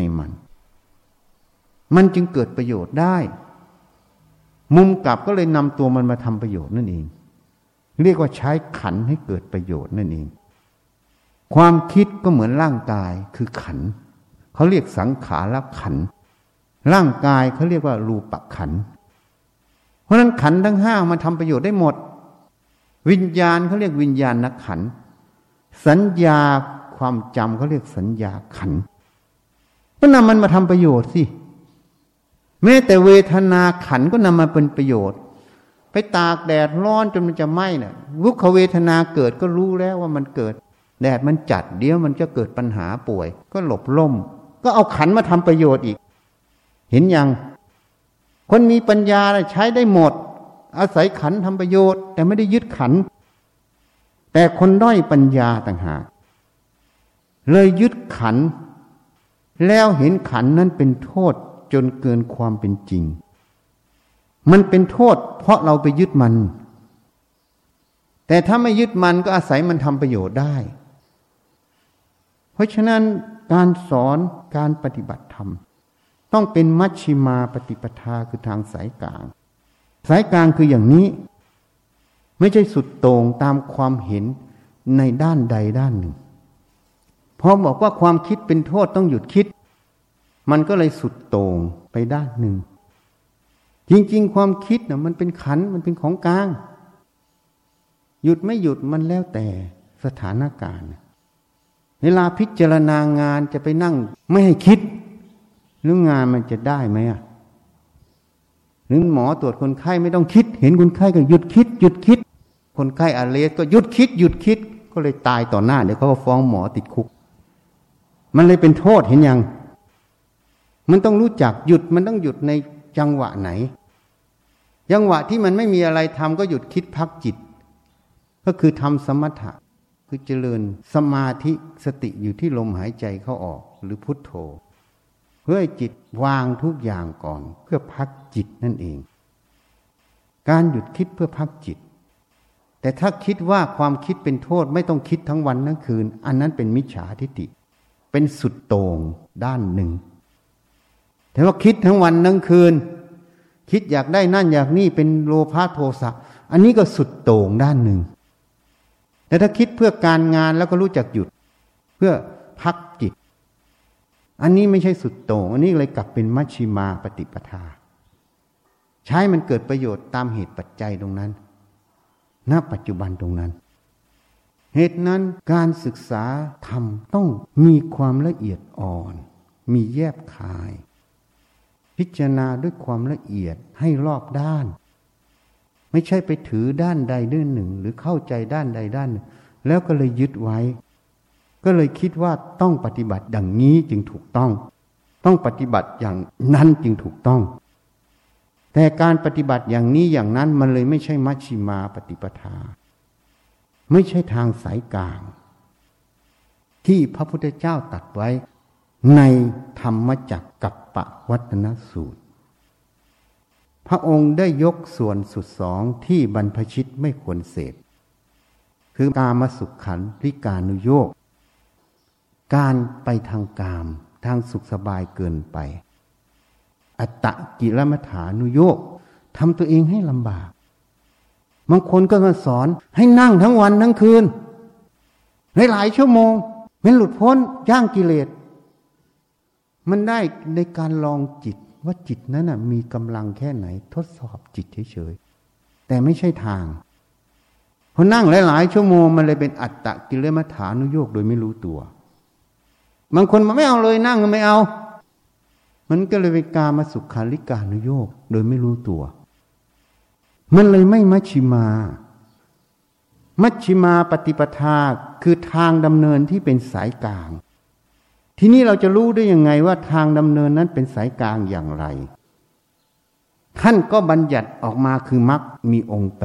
มันจึงเกิดประโยชน์ได้มุมกลับก็เลยนำตัวมันมาทำประโยชน์นั่นเองเรียกว่าใช้ขันธ์ให้เกิดประโยชน์นั่นเองความคิดก็เหมือนร่างกายคือขันธ์เขาเรียกสังขารขันธ์ร่างกายเขาเรียกว่ารูปขันธ์เพราะฉะนั้นขันธ์ทั้ง5มันทำประโยชน์ได้หมดวิญญาณเขาเรียกวิญญาณขันธ์สัญญาความจำเขาเรียกสัญญาขันธ์ก็นำมันมาทำประโยชน์สิแม้แต่เวทนาขันธ์ก็นำมาเป็นประโยชน์ไปตากแดดร้อนจนมันจะไหม้น่ะทุกขเวทนาเกิดก็รู้แล้วว่ามันเกิดแดดมันจัดเดี๋ยวมันจะเกิดปัญหาป่วยก็หลบล่มก็เอาขันธ์มาทำประโยชน์อีกเห็นยังคนมีปัญญาใช้ได้หมดอาศัยขันทำประโยชน์แต่ไม่ได้ยึดขันแต่คนด้อยปัญญาต่างหากเลยยึดขันแล้วเห็นขันนั้นเป็นโทษจนเกินความเป็นจริงมันเป็นโทษเพราะเราไปยึดมันแต่ถ้าไม่ยึดมันก็อาศัยมันทำประโยชน์ได้เพราะฉะนั้นการสอนการปฏิบัติธรรมต้องเป็นมัชฌิมาปฏิปทาคือทางสายกลางสายกลางคืออย่างนี้ไม่ใช่สุดโต่งตามความเห็นในด้านใดด้านหนึ่งพอบอกว่าความคิดเป็นโทษต้องหยุดคิดมันก็เลยสุดโต่งไปด้านหนึ่งจริงๆความคิดน่ะมันเป็นขันธ์มันเป็นของกลางหยุดไม่หยุดมันแล้วแต่สถานการณ์เวลาพิจารณางานจะไปนั่งไม่ให้คิดหรืองานมันจะได้ไหมอ่ะหรือหมอตรวจคนไข้ไม่ต้องคิดเห็นคนไข้ก็หยุดคิดหยุดคิดคนไข้อาเลสก็หยุดคิดหยุดคิดก็เลยตายต่อหน้าเดี๋ยวเขาก็ฟ้องหมอติดคุกมันเลยเป็นโทษเห็นยังมันต้องรู้จักหยุดมันต้องหยุดในจังหวะไหนจังหวะที่มันไม่มีอะไรทำก็หยุดคิดพักจิตก็คือทำสมถะคือเจริญสมาธิสติอยู่ที่ลมหายใจเข้าออกหรือพุทโธเพื่อให้จิตวางทุกอย่างก่อนเพื่อพักจิตนั่นเองการหยุดคิดเพื่อพักจิตแต่ถ้าคิดว่าความคิดเป็นโทษไม่ต้องคิดทั้งวันทั้งคืนอันนั้นเป็นมิจฉาทิฏฐิเป็นสุดโต่งด้านหนึ่งแต่ว่าคิดทั้งวันทั้งคืนคิดอยากได้นั่นอยากนี่เป็นโลภะโทสะอันนี้ก็สุดโต่งด้านหนึ่งแต่ถ้าคิดเพื่อการงานแล้วก็รู้จักหยุดเพื่อพักจิตอันนี้ไม่ใช่สุดโต่งอันนี้เลยกลับเป็นมัชฌิมาปฏิปทาใช้มันเกิดประโยชน์ตามเหตุปัจจัยตรงนั้นณปัจจุบันตรงนั้นเหตุนั้นการศึกษาธรรมต้องมีความละเอียดอ่อนมีแยบคายพิจารณาด้วยความละเอียดให้รอบด้านไม่ใช่ไปถือด้านใดด้านหนึ่งหรือเข้าใจด้านใดด้านหนึ่งแล้วก็เลยยึดไว้ก็เลยคิดว่าต้องปฏิบัติอย่างนี้จึงถูกต้องปฏิบัติอย่างนั้นจึงถูกต้องแต่การปฏิบัติอย่างนี้อย่างนั้นมันเลยไม่ใช่มัชฌิมาปฏิปทาไม่ใช่ทางสายกลางที่พระพุทธเจ้าตรัสไว้ในธรรมจักรกัปปวัตนสูตรพระองค์ได้ยกส่วนสุดสองที่บรรพชิตไม่ควรเสพคือกามสุขขันธิกานุโยคการไปทางกามทางสุขสบายเกินไปอัตตกิลมัฏฐานุโยคทำตัวเองให้ลำบากบางคนก็มาสอนให้นั่งทั้งวันทั้งคืนหลายชั่วโมงเป็นหลุดพ้นย่างกิเลสมันได้ในการลองจิตว่าจิตนั้นมีกำลังแค่ไหนทดสอบจิตเฉยๆแต่ไม่ใช่ทางพอนั่งหลายชั่วโมงมันเลยเป็นอัตตกิลมัฏฐานุโยคโดยไม่รู้ตัวบางคนมันไม่เอาเลยนั่งก็ไม่เอามันก็เลยเป็นกามสุขขันธิกานุโยคโดยไม่รู้ตัวมันเลยไม่มัชฌิมามัชฌิมาปฏิปทาคือทางดำเนินที่เป็นสายกลางทีนี้เราจะรู้ได้ยังไงว่าทางดำเนินนั้นเป็นสายกลางอย่างไรท่านก็บัญญัติออกมาคือมรรคมีองค์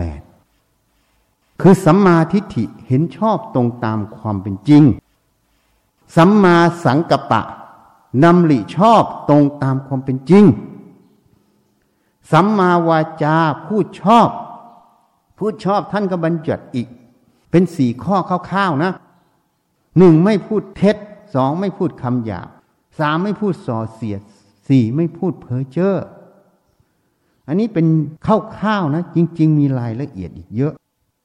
8คือสัมมาทิฏฐิเห็นชอบตรงตามความเป็นจริงสัมมาสังกัปปะดำริชอบตรงตามความเป็นจริงสัมมาวาจาพูดชอบท่านก็บัญญัติอีกเป็น4ข้อคร่าวๆนะ1ไม่พูดเท็จ2ไม่พูดคำหยาบ3ไม่พูดส่อเสียด4ไม่พูดเพ้อเจ้ออันนี้เป็นคร่าวๆนะจริงๆมีรายละเอียดอีกเยอะ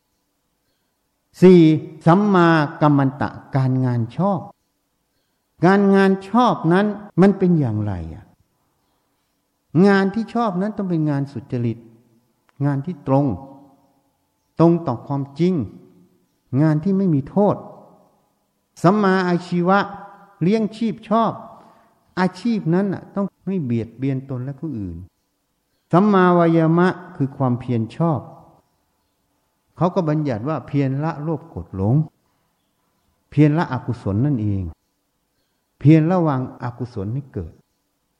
4สัมมากัมมันตะการงานชอบการงานชอบนั้นมันเป็นอย่างไรอ่ะงานที่ชอบนั้นต้องเป็นงานสุจริตงานที่ตรงต่อความจริงงานที่ไม่มีโทษสัมมาอาชีวะเลี้ยงชีพชอบอาชีพนั้นต้องไม่เบียดเบียนตนและผู้อื่นสัมมาวายามะคือความเพียรชอบเขาก็บัญญัติว่าเพียรละโลภโกรธหลงเพียรละอกุศลนั่นเองเพียรระวังอกุศลไม่เกิด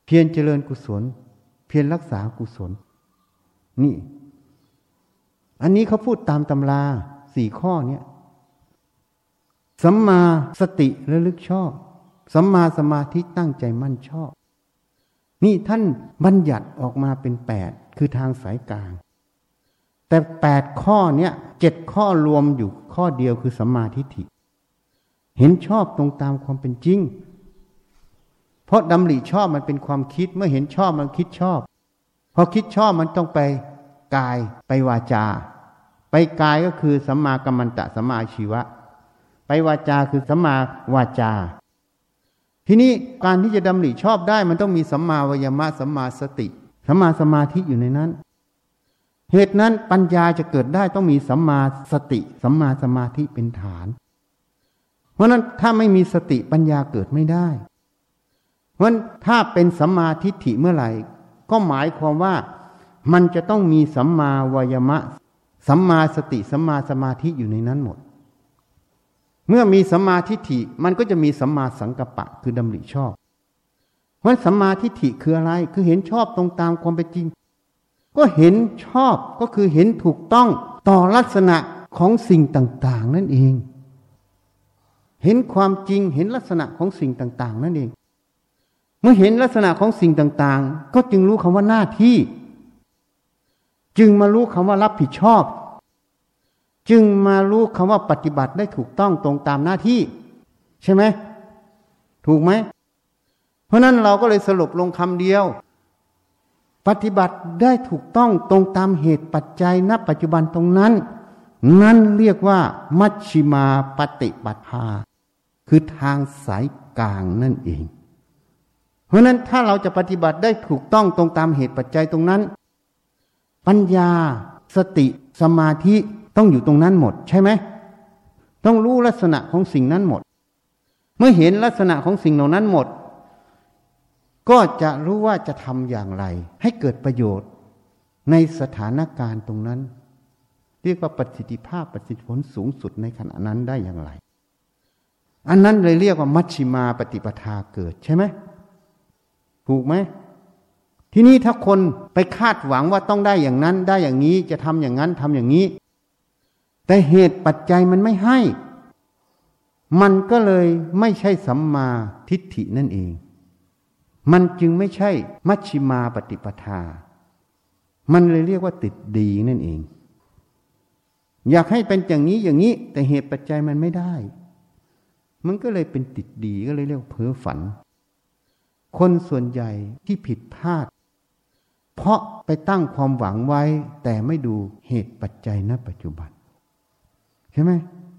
เพียรเจริญกุศลเพียรรักษากุศลนี่อันนี้เขาพูดตามตำรา4 ข้อเนี้ยสัมมาสติระลึกชอบสัมมาสมาธิตั้งใจมั่นชอบนี่ท่านบัญญัติออกมาเป็น8คือทางสายกลางแต่8ข้อเนี้ย7ข้อรวมอยู่ข้อเดียวคือสัมมาทิฏฐิเห็นชอบตรงตามความเป็นจริงเพราะดำริชอบมันเป็นความคิดเมื่อเห็นชอบมันคิดชอบพอคิดชอบมันต้องไปกายไปวาจาไปกายก็คือสัมมากัมมันตะสัมมาอาชีวะไปวาจาคือสัมมาวาจาทีนี้การที่จะดำริชอบได้มันต้องมีสัมมาวายามะสัมมาสติสัมมาสมาธิอยู่ในนั้นเหตุนั้นปัญญาจะเกิดได้ต้องมีสัมมาสติสัมมาสมาธิเป็นฐานเพราะนั้นถ้าไม่มีสติปัญญาเกิดไม่ได้เพราะนั้นถ้าเป็นสัมมาทิฏฐิเมื่อไหร่ก็หมายความว่ามันจะต้องมีสัมมาวายามะสัมมาสติสัมมาสมาธิอยู่ในนั้นหมดเมื่อมีสัมมาทิฏฐิมันก็จะมีสัมมาสังกัปปะคือดำริชอบเพราะสัมมาทิฏฐิคืออะไรคือเห็นชอบตรงตามความเป็นจริงก็เห็นชอบก็คือเห็นถูกต้องต่อลักษณะของสิ่งต่างๆนั่นเองเห็นความจริงเห็นลักษณะของสิ่งต่างๆนั่นเองเมื่อเห็นลักษณะของสิ่งต่างๆก็จึงรู้คำว่าหน้าที่จึงมารู้คำว่ารับผิดชอบจึงมารู้คำว่าปฏิบัติได้ถูกต้องตรงตามหน้าที่ใช่ไหมถูกไหมเพราะนั้นเราก็เลยสรุปลงคำเดียวปฏิบัติได้ถูกต้องตรงตามเหตุปัจจัยณปัจจุบันตรงนั้นนั่นเรียกว่ามัชฌิมาปฏิปทาคือทางสายกลางนั่นเองเพราะนั้นถ้าเราจะปฏิบัติได้ถูกต้องตรงตามเหตุปัจจัยตรงนั้นปัญญาสติสมาธิต้องอยู่ตรงนั้นหมดใช่ไหมต้องรู้ลักษณะของสิ่งนั้นหมดเมื่อเห็นลักษณะของสิ่งเหล่านั้นหมดก็จะรู้ว่าจะทำอย่างไรให้เกิดประโยชน์ในสถานการณ์ตรงนั้นเรียกว่าประสิทธิภาพประสิทธิผลสูงสุดในขณะนั้นได้อย่างไรอันนั้นเลยเรียกว่ามัชฌิมาปฏิปทาเกิดใช่ไหมถูกไหมทีนี้ถ้าคนไปคาดหวังว่าต้องได้อย่างนั้นได้อย่างนี้จะทำอย่างนั้นทำอย่างนี้แต่เหตุปัจจัยมันไม่ให้มันก็เลยไม่ใช่สัมมาทิฏฐินั่นเองมันจึงไม่ใช่มัชฌิมาปฏิปทามันเลยเรียกว่าติดดีนั่นเองอยากให้เป็นอย่างนี้อย่างนี้แต่เหตุปัจจัยมันไม่ได้มันก็เลยเป็นติดดีก็เลยเรียกเพ้อฝันคนส่วนใหญ่ที่ผิดพลาดเพราะไปตั้งความหวังไว้แต่ไม่ดูเหตุปัจจัยณปัจจุบันใช่ไหม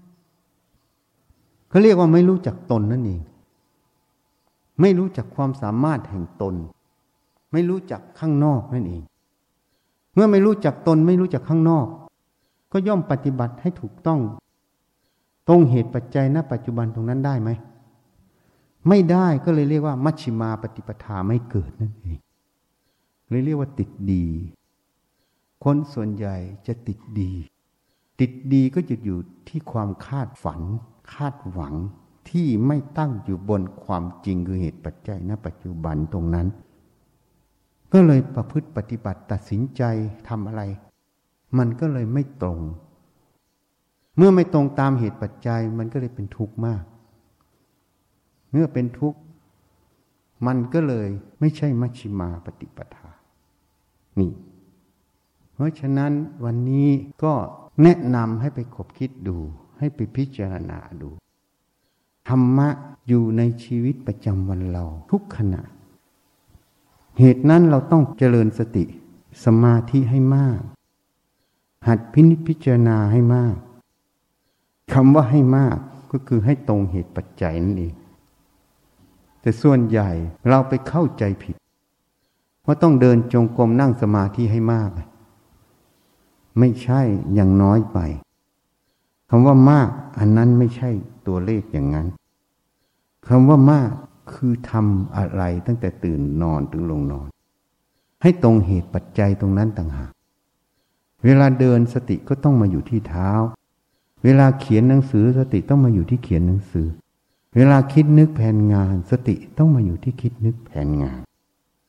เขาเรียกว่าไม่รู้จักตนนั่นเองไม่รู้จักความสามารถแห่งตนไม่รู้จักข้างนอกนั่นเองเมื่อไม่รู้จักตนไม่รู้จักข้างนอกก็ย่อมปฏิบัติให้ถูกต้องตรงเหตุปัจจัยณปัจจุบันตรงนั้นได้ไหมไม่ได้ก็เลยเรียกว่ามัชฌิมาปฏิปทาไม่เกิดนั่นเองเลยเรียกว่าติดดีคนส่วนใหญ่จะติดดีติดดีก็จะอยู่ที่ความคาดฝันคาดหวังที่ไม่ตั้งอยู่บนความจริงคือเหตุปัจจัยณปัจจุบันตรงนั้นก็เลยประพฤติปฏิบัติตัดสินใจทำอะไรมันก็เลยไม่ตรงเมื่อไม่ตรงตามเหตุปัจจัยมันก็เลยเป็นทุกข์มากเมื่อเป็นทุกข์มันก็เลยไม่ใช่มัชฌิมาปฏิปทานี่เพราะฉะนั้นวันนี้ก็แนะนำให้ไปคบคิดดูให้ไปพิจารณาดูธรรมะอยู่ในชีวิตประจำวันเราทุกขณะเหตุนั้นเราต้องเจริญสติสมาธิให้มากหัดพินิจพิจารณาให้มากคำว่าให้มากก็คือให้ตรงเหตุปัจจัยนั่นเองแต่ส่วนใหญ่เราไปเข้าใจผิดว่าต้องเดินจงกรมนั่งสมาธิให้มากไม่ใช่อย่างน้อยไปคำว่ามากอันนั้นไม่ใช่ตัวเลขอย่างนั้นคำว่ามากคือทำอะไรตั้งแต่ตื่นนอนถึงลงนอนให้ตรงเหตุปัจจัยตรงนั้นต่างหากเวลาเดินสติก็ต้องมาอยู่ที่เท้าเวลาเขียนหนังสือสติต้องมาอยู่ที่เขียนหนังสือเวลาคิดนึกแผนงานสติต้องมาอยู่ที่คิดนึกแผนงาน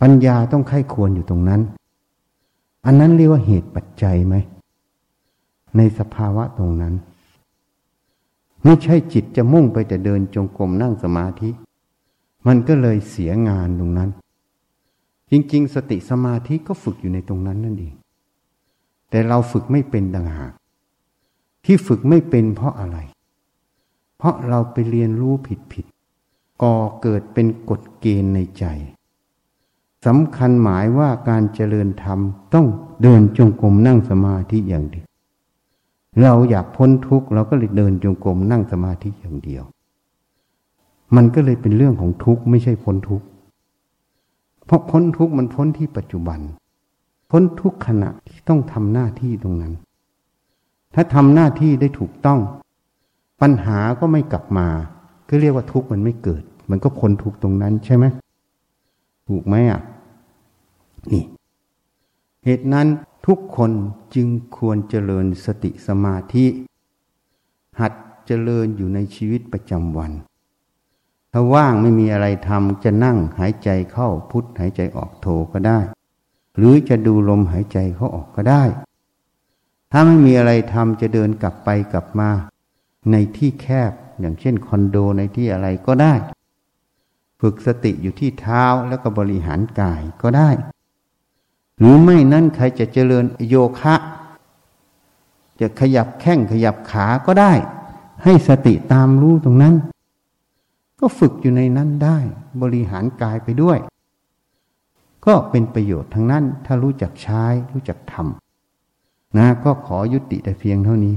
ปัญญาต้องไข้ควรอยู่ตรงนั้นอันนั้นเรียกว่าเหตุปัจจัยไหมในสภาวะตรงนั้นไม่ใช่จิตจะมุ่งไปแต่เดินจงกรมนั่งสมาธิมันก็เลยเสียงานตรงนั้นจริงๆสติสมาธิก็ฝึกอยู่ในตรงนั้นนั่นเองแต่เราฝึกไม่เป็นต่างหากที่ฝึกไม่เป็นเพราะอะไรเพราะเราไปเรียนรู้ผิดก่อเกิดเป็นกฎเกณฑ์ในใจสำคัญหมายว่าการเจริญธรรมต้องเดินจงกรมนั่งสมาธิอย่างเดียวเราอยากพ้นทุกข์เราก็เลยเดินจงกรมนั่งสมาธิอย่างเดียวมันก็เลยเป็นเรื่องของทุกข์ไม่ใช่พ้นทุกข์เพราะพ้นทุกข์มันพ้นที่ปัจจุบันพ้นทุกขณะที่ต้องทำหน้าที่ตรงนั้นถ้าทำหน้าที่ได้ถูกต้องปัญหาก็ไม่กลับมาก็เรียกว่าทุกข์มันไม่เกิดมันก็พ้นทุกข์ตรงนั้นใช่ไหมถูกไหมนี่เหตุนั้นทุกคนจึงควรเจริญสติสมาธิหัดเจริญอยู่ในชีวิตประจำวันถ้าว่างไม่มีอะไรทำจะนั่งหายใจเข้าพุทหายใจออกโทก็ได้หรือจะดูลมหายใจเข้าออกก็ได้ถ้าไม่มีอะไรทำจะเดินกลับไปกลับมาในที่แคบอย่างเช่นคอนโดในที่อะไรก็ได้ฝึกสติอยู่ที่เท้าแล้วก็บริหารกายก็ได้หรือไม่นั่นใครจะเจริญโยคะจะขยับแข้งขยับขาก็ได้ให้สติตามรู้ตรงนั้นก็ฝึกอยู่ในนั้นได้บริหารกายไปด้วยก็เป็นประโยชน์ทั้งนั้นถ้ารู้จักใช้รู้จักทำนะก็ขอยุติแต่เพียงเท่านี้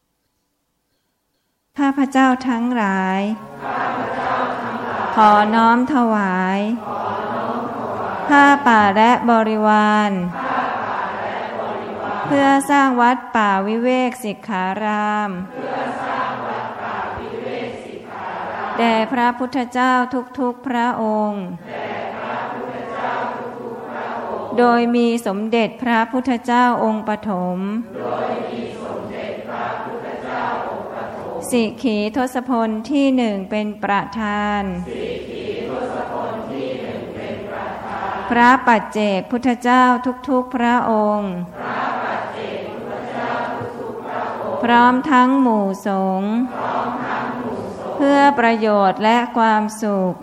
ข้าพเจ้าทั้งหลายขอน้อมถวายผ้าป่าและบริวารเพื่อสร้างวัดป่าวิเวกสิกขารามแด่พระพุทธเจ้าทุกๆพระองค์โดยมีสมเด็จพระพุทธเจ้าองค์ปฐมสิกขีทศพลที่หนึ่งเป็นประธานพระปัจเจกพุทธเจ้าทุกๆพระองค์พร้อมทั้งหมู่สงฆ์เพื่อประโยชน์และความสุข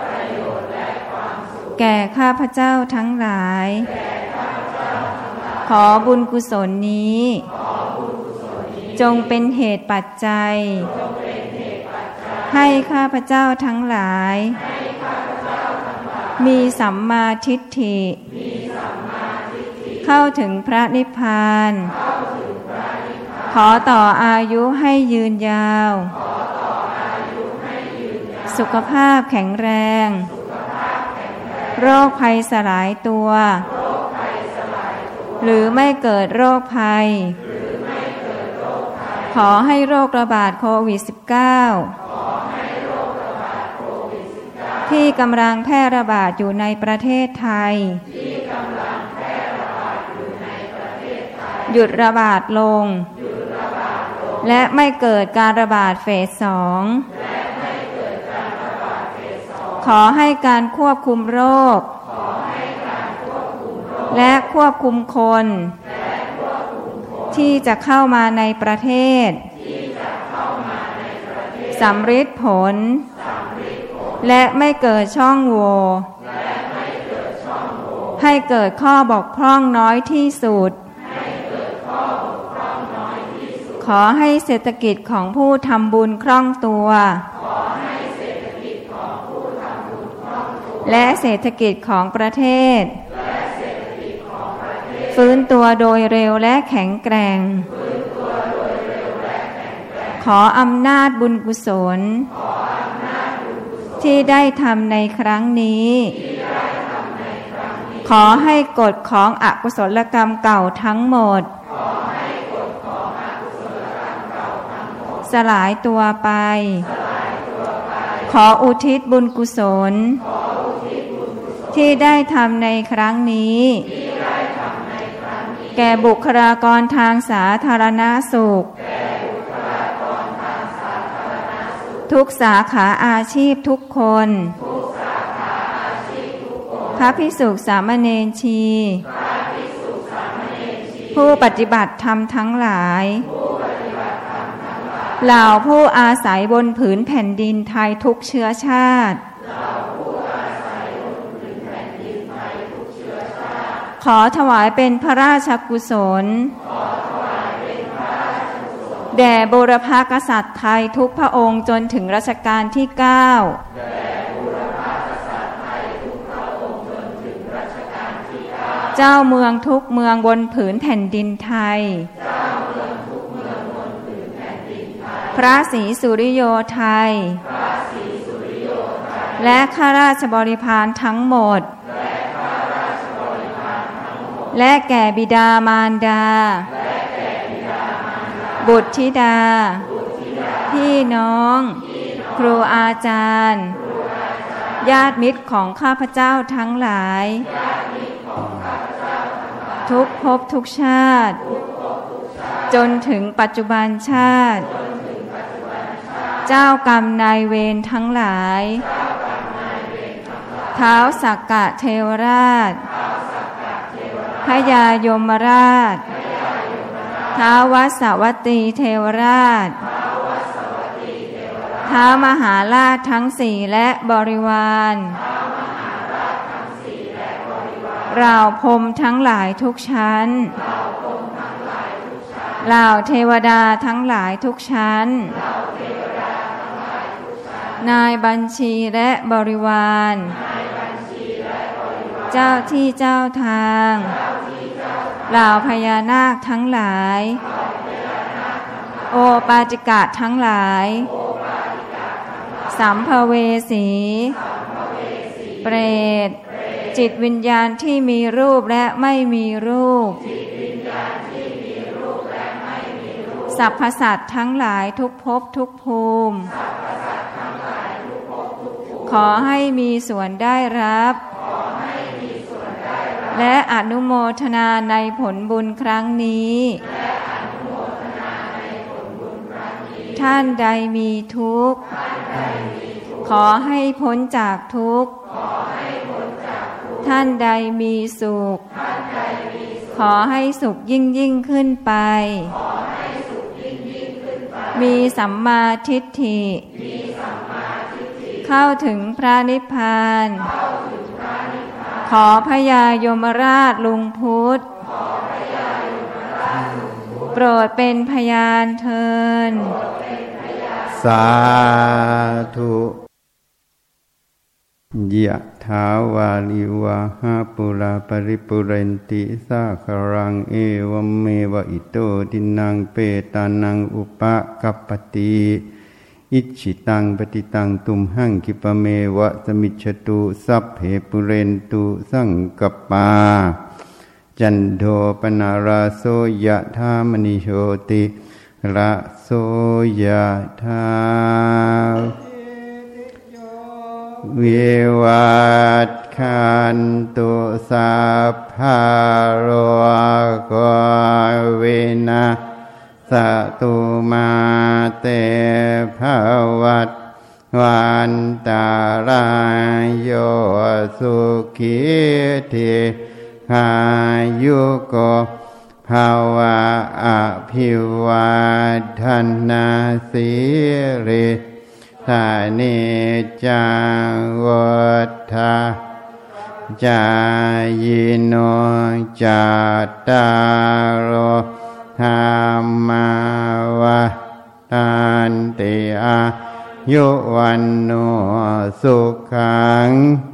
แก่ข้าพเจ้าทั้งหลายขอบุญกุศลนี้จงเป็นเหตุปัจจัยให้ข้าพเจ้าทั้งหลายมีสัมมาทิฏฐิเข้าถึงพระนิพพานขอต่ออายุให้ยืนยาวสุขภาพแข็งแรงโรคภัยสลายตัวหรือไม่เกิดโรคภัยขอให้โรคระบาดโควิด -19 ที่กำลังแพร่ระบาดอยู่ในประเทศไทยหยุดระบาดลงและไม่เกิดการระบาดเฟส 2ขอให้การควบคุมโรคและควบคุมคนที่จะเข้ามาในประเทศสำฤทธิ์ผลและไม่เกิดช่องโหว่ให้เกิดข้อบกพร่องน้อยที่สุดขอให้เศรษฐกิจของผู้ทำบุญคล่องตัวและเศรษฐกิจของประเทศฟื้นตัวโดยเร็วและแข็งแกร่งขออำนาจบุญกุศลที่ได้ทำในครั้งนี้ขอให้กฎของอกุศลกรรมเก่าทั้งหมดสลายตัวไปขออุทิศบุญกุศลที่ได้ทำในครั้งนี้แก่บุคลากรทางสาธารณสุขทุกสาขาอาชีพทุกคนพระภิกษุสามเณรชีผู้ปฏิบัติธรรมทั้งหลายเหล่าผู้อาศัยบนผืนแผ่นดินไทยทุกเชื้อชาติขอถวายเป็นพระราชกุศลแด่บูรพกษัตริย์ไทยทุกพระองค์จนถึงรัชกาลที่ 9เจ้าเมืองทุกเมืองบนผืนแผ่นดินไทยพระศรีสุริโยไทยและข้าราชบริพารทั้งหมดและแก่บิดามารดาบุตรธิดาพี่น้องครูอาจารย์ญาติมิตรของข้าพเจ้าทั้งหลายทุกภพทุกชาติจนถึงปัจจุบันชาติเจ้ากรรมนายเวรทั้งหลายท้าวสักกะเทวราชพญายมราชท้าววัสวัตตีเทวราชท้าวมหาราชทั้งสี่และบริวารเหล่าพรหมทั้งหลายทุกชั้นเหล่าเทวดาทั้งหลายทุกชั้นนายบัญชีและบริวารเจ้าที่เจ้าทางเหล่าพญานาคทั้งหลายโอปาติกะทั้งหลายสัมภเวสีเปรตจิตวิญญาณที่มีรูปและไม่มีรูปสรรพสัตว์ทั้งหลายทุกภพทุกภูมิขอให้มีส่วนได้รับและอนุโมทนาในผลบุญครั้งนี้ท่านใดมีทุกข์ขอให้พ้นจากทุกข์ท่านใดมีสุขขอให้สุขยิ่งขึ้นไปมีสัมมาทิฏฐิเข้าถึงพระนิพพานขอพญายมราชลุงพุทธโปรดเป็นพยานเถิดสาธุยะถาวาลิวะหาปุราปริปุเรนติสาคารังเอวเมวะอิโตทินังเปตานังอุปกัปปติอิจิตังปฏิตังตุมหังคิปะเมวะสมิจฉตุสัพเพปุเรนตุสังกปาจันโทปนาราโสยะธามณิโชติระโสยะธาเววัตขันตุสัพพะโรโควินาสตุมาเตภวัตวันตารายโยสุขิธิขายุโกภาวะอภิวาทนาสิริธานิจังวัฏฐาจายโนจัตตารโอธรรมวทันติอายุวันโนสุขัง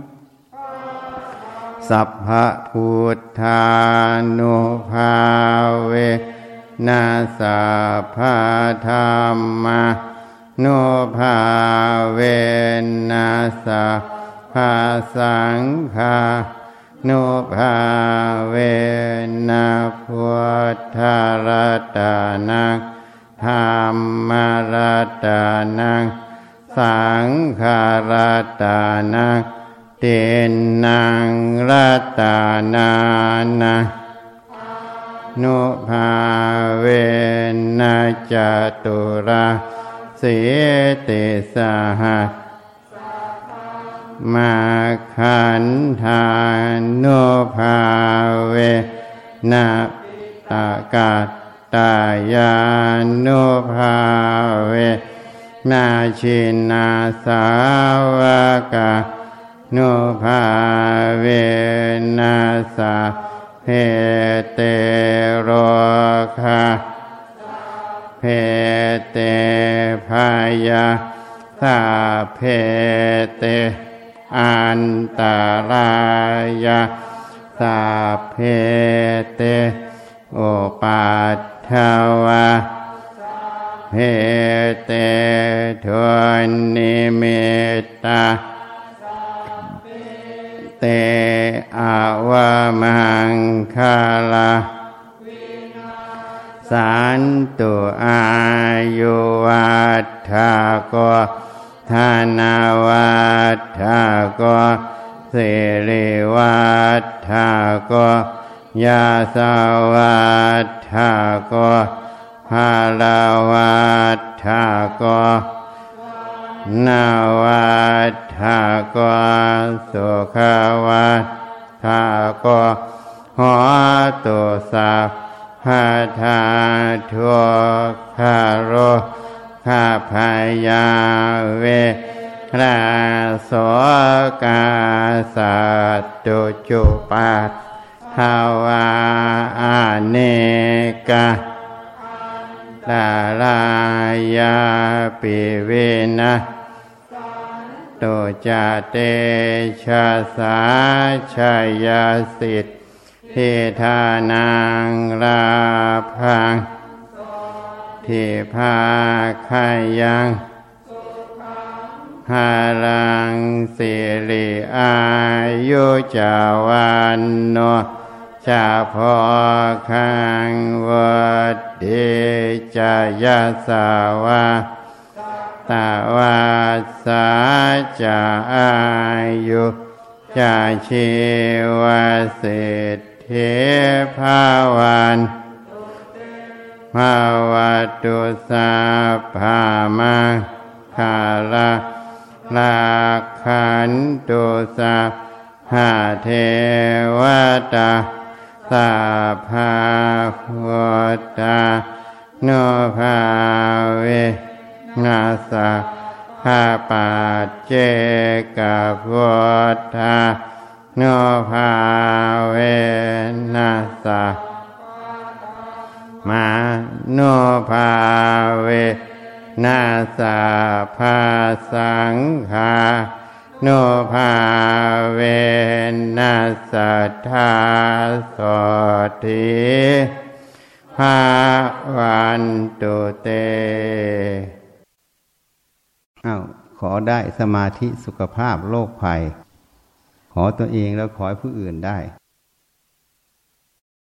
สัพพะพุทธานุภาเวนะสัพพะธัมมานุภาเวนะสัพพะสังฆานุภาเวนะพุทธรัตนังธัมมรัตนังสังฆรัตนังตินังรัตนานะนุภาเวนะจตุราสีติสหัสมาขันธานุภาเวนะตากาตายานุภาเวนาชินาสาวกานุภาเวนัสสะเพเตโรคาเพเตพายาสาเพเตอันตรายาสาเพเตโอปัฏฐวาเพเตทุนนิมิตตาเตอวมังคาลาสันตุอายุวัฏฐโกธนาวัฏฐโกสิริวัฏฐโกยาสวัฏฐโกภาลวัฏฐโกนาวัฏฐโกสุขวัฏฐโกโหตุสัพพะทาทุกขโรข้าพยาเวราโสกาสัตตุจุปัฏฐาวาเนกาลาลายาปิเวนะตุจเตชะสาชยสิทธิทานังราพังทิภาคายังหารังสิริอายุจาวันโนจาพอคังวัดเดจายาสาวาตาวาสาจาอายุจาชีวสิทธิภาวันภาวตุสัพพามังคาลาลาขันตุสัพพะเทวตาสัพพะพุทธานุภาเวนัสสะภะปัจเจกพุทธานุภาเวนัสสะมานุภาเวนัสสะภะสังฆานุภาเวนัสสะทาโสติภาวันตุเตขอได้สมาธิสุขภาพโรคภัยขอตัวเองแล้วขอให้ผู้อื่นได้